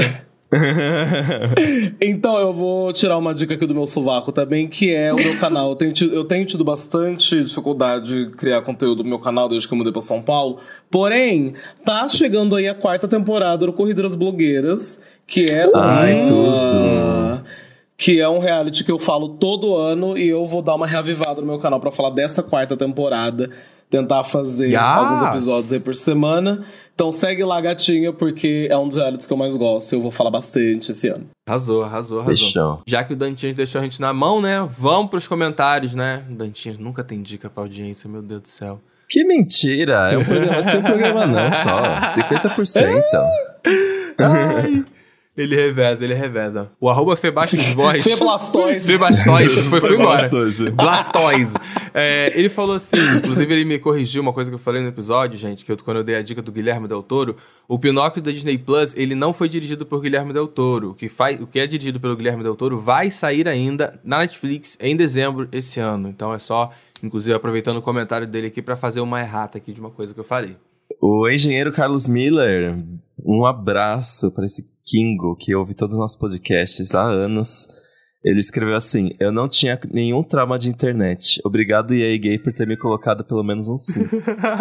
Speaker 3: Então eu vou tirar uma dica aqui do meu sovaco também, que é o meu canal. Eu tenho, tido, eu tenho tido bastante dificuldade de criar conteúdo no meu canal desde que eu mudei pra São Paulo. Porém, tá chegando aí a quarta temporada do Corrida das Blogueiras, que é
Speaker 1: Ai,
Speaker 3: uma...
Speaker 1: tudo.
Speaker 3: que é um reality que eu falo todo ano, e eu vou dar uma reavivada no meu canal pra falar dessa quarta temporada. Tentar fazer
Speaker 2: Yes.
Speaker 3: alguns episódios aí por semana. Então segue lá, gatinha, porque é um dos realities que eu mais gosto. Eu vou falar bastante esse ano.
Speaker 2: Arrasou, arrasou, arrasou.
Speaker 1: Fechou.
Speaker 2: Já que o Dantinhas deixou a gente na mão, né? Vamos pros comentários, né? O Dantinhas nunca tem dica pra audiência, meu Deus do céu.
Speaker 1: Que mentira! É um programa, assim, um programa não só. cinquenta por cento.
Speaker 2: Ai. Ele reveza, ele reveza. O arroba Febastos Voz.
Speaker 3: Feblastóis.
Speaker 2: Febastóis. Foi, foi embora.
Speaker 1: Blastoise.
Speaker 2: Blastoise. É, ele falou assim, inclusive ele me corrigiu uma coisa que eu falei no episódio, gente, que eu, quando eu dei a dica do Guilherme Del Toro, o Pinóquio da Disney Plus, ele não foi dirigido por Guilherme Del Toro. O que, faz, o que é dirigido pelo Guilherme Del Toro vai sair ainda na Netflix em dezembro esse ano. Então é só, inclusive, aproveitando o comentário dele aqui pra fazer uma errata aqui de uma coisa que eu falei.
Speaker 1: O engenheiro Carlos Miller, um abraço para esse Kingo que ouve todos os nossos podcasts há anos. Ele escreveu assim: eu não tinha nenhum trauma de internet. Obrigado, E A Gay, por ter me colocado pelo menos uns cinco.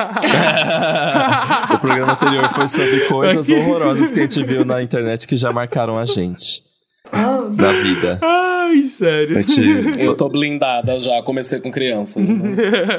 Speaker 1: O programa anterior foi sobre coisas horrorosas que a gente viu na internet que já marcaram a gente. Da vida.
Speaker 2: Ai, sério.
Speaker 1: A gente...
Speaker 3: Eu tô blindada já, comecei com crianças. Né?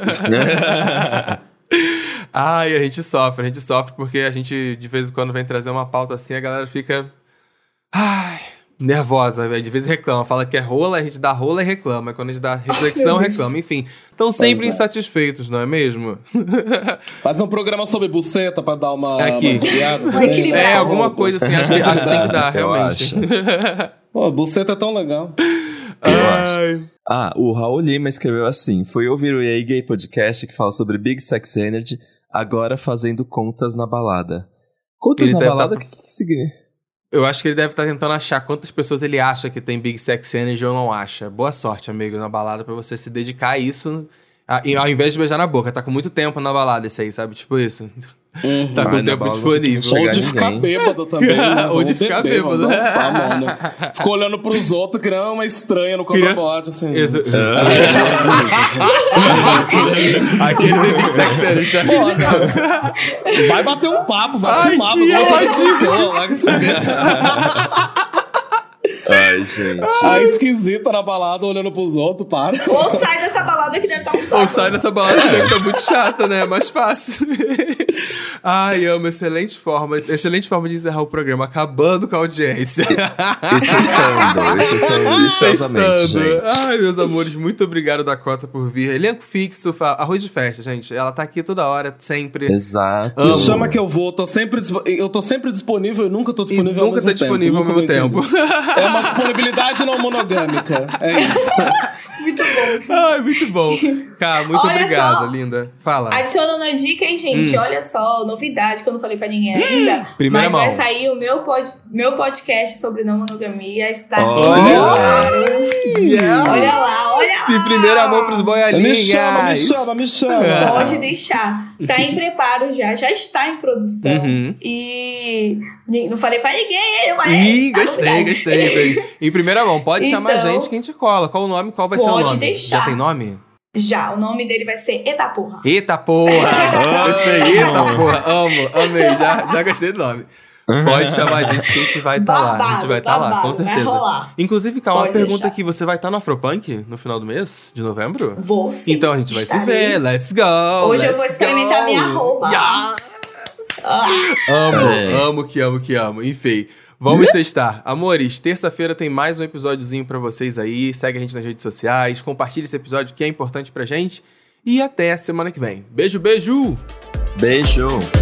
Speaker 2: Ai, a gente sofre, a gente sofre porque a gente de vez em quando vem trazer uma pauta assim, a galera fica... Ai, nervosa, velho. De vez em reclama, fala que é rola, a gente dá rola e reclama. Quando a gente dá reflexão, reclama. Enfim, estão sempre
Speaker 3: Pois é.
Speaker 2: insatisfeitos, não é mesmo?
Speaker 3: Fazer um programa sobre buceta pra dar uma,
Speaker 2: Aqui.
Speaker 3: uma desviada.
Speaker 4: Uma equilibrada.
Speaker 2: É,
Speaker 3: Nossa,
Speaker 2: alguma
Speaker 3: louco.
Speaker 2: coisa assim, acho que, acho que tem que dar,
Speaker 1: Eu
Speaker 2: realmente.
Speaker 3: Pô, buceta é tão legal.
Speaker 2: Ai.
Speaker 1: Ah, o Raul Lima escreveu assim: fui ouvir o E A Gay Podcast que fala sobre Big Sex Energy, agora fazendo contas na balada. Contas
Speaker 2: Ele
Speaker 1: na
Speaker 2: deve
Speaker 1: balada, o
Speaker 2: tá-
Speaker 1: que, que significa?
Speaker 2: Eu acho que ele deve estar tentando achar quantas pessoas ele acha que tem Big Sex Energy ou não acha. Boa sorte, amigo, na balada, pra você se dedicar a isso, a- e ao invés de beijar na boca. Tá com muito tempo na balada esse aí, sabe? Tipo isso.
Speaker 3: Uhum.
Speaker 2: Tá com
Speaker 1: Vai na
Speaker 2: tempo
Speaker 1: balada, não consigo
Speaker 2: disponível.
Speaker 1: chegar
Speaker 3: Ou
Speaker 1: a
Speaker 3: de
Speaker 1: ninguém.
Speaker 3: ficar bêbado também, né?
Speaker 2: Ou de
Speaker 3: Vamos
Speaker 2: ficar
Speaker 3: beber,
Speaker 2: bêbado.
Speaker 3: vamos dançar, mano. Ficou olhando pros outros, criando uma estranha no
Speaker 2: Queria-
Speaker 3: contrabote, assim.
Speaker 2: Exa- Aquele tem Big Sex Energy.
Speaker 3: Pô, cara, vai bater um papo, vai
Speaker 2: Ai,
Speaker 3: fumar,
Speaker 2: que
Speaker 3: vai saber que
Speaker 2: ótimo.
Speaker 3: funciona, larga de saber.
Speaker 1: Ai, gente.
Speaker 3: A esquisita na balada olhando pros outros, para.
Speaker 4: Ou sai dessa balada que deve estar um saco.
Speaker 2: Ou sai dessa balada que deve estar muito chata, né? É mais fácil. Ai, amo. Excelente forma. Excelente forma de encerrar o programa, acabando com a audiência.
Speaker 1: Isso estando, isso estando deliciosamente,
Speaker 2: Sextando.
Speaker 1: gente.
Speaker 2: Ai, meus amores, muito obrigado, Dakota, por vir. Elenco fixo, fa- arroz de festa, gente. Ela tá aqui toda hora, sempre.
Speaker 1: Exato.
Speaker 2: Amo.
Speaker 3: Me chama que eu vou, tô sempre, dispo- eu tô sempre disponível e nunca tô disponível
Speaker 2: E
Speaker 3: ao
Speaker 2: nunca
Speaker 3: mesmo
Speaker 2: tá
Speaker 3: tempo.
Speaker 2: disponível ao
Speaker 3: Nunca
Speaker 2: mesmo
Speaker 3: vou
Speaker 2: tempo.
Speaker 3: entender. É uma disponibilidade não monogâmica, é isso.
Speaker 4: Muito bom.
Speaker 2: Ai, muito bom. Cara, muito
Speaker 4: Olha
Speaker 2: obrigado,
Speaker 4: só.
Speaker 2: linda. Fala.
Speaker 4: Adicionando a dica, hein, gente? Olha só, novidade que eu não falei pra ninguém ainda.
Speaker 2: Primeira
Speaker 4: mas
Speaker 2: mão.
Speaker 4: vai sair o meu, pod, meu podcast sobre não monogamia. Está
Speaker 1: Olha!
Speaker 4: bem claro.
Speaker 2: Yeah.
Speaker 4: Olha lá, olha lá.
Speaker 2: De primeira mão pros boiolinhas.
Speaker 3: Me chama, me chama, me chama.
Speaker 4: Pode deixar. Tá em preparo já, já está em produção.
Speaker 2: Uhum.
Speaker 4: E não falei pra ninguém, não falei.
Speaker 2: Ih,
Speaker 4: tá
Speaker 2: gostei,
Speaker 4: novidade.
Speaker 2: gostei. Em primeira mão, pode chamar a
Speaker 4: Então,
Speaker 2: gente que a gente cola. Qual o nome? Qual vai ser o
Speaker 4: pode
Speaker 2: nome?
Speaker 4: deixar.
Speaker 2: Já tem nome?
Speaker 4: Já, o nome dele vai ser Eita Porra.
Speaker 2: Eita porra! Gostei, eita porra! Amo, amei, já, já gostei do nome. Pode chamar a gente que a gente vai estar lá. A gente vai estar lá,
Speaker 4: babado,
Speaker 2: com certeza.
Speaker 4: Vai rolar.
Speaker 2: Inclusive, calma, uma
Speaker 4: Pode
Speaker 2: pergunta
Speaker 4: deixar.
Speaker 2: aqui. Você vai estar no Afropunk no final do mês, de novembro?
Speaker 4: Vou sim.
Speaker 2: Então a gente vai
Speaker 4: estarei.
Speaker 2: se ver. Let's go!
Speaker 4: Hoje eu vou
Speaker 2: let's
Speaker 4: experimentar
Speaker 2: go.
Speaker 4: minha roupa.
Speaker 2: Yeah.
Speaker 4: Ah,
Speaker 2: Amo,
Speaker 1: É.
Speaker 2: amo que amo que amo. Enfim, vamos sextar. Amores, terça-feira tem mais um episódiozinho pra vocês aí. Segue a gente nas redes sociais, compartilha esse episódio que é importante pra gente. E até a semana que vem. Beijo, beijo!
Speaker 1: Beijo.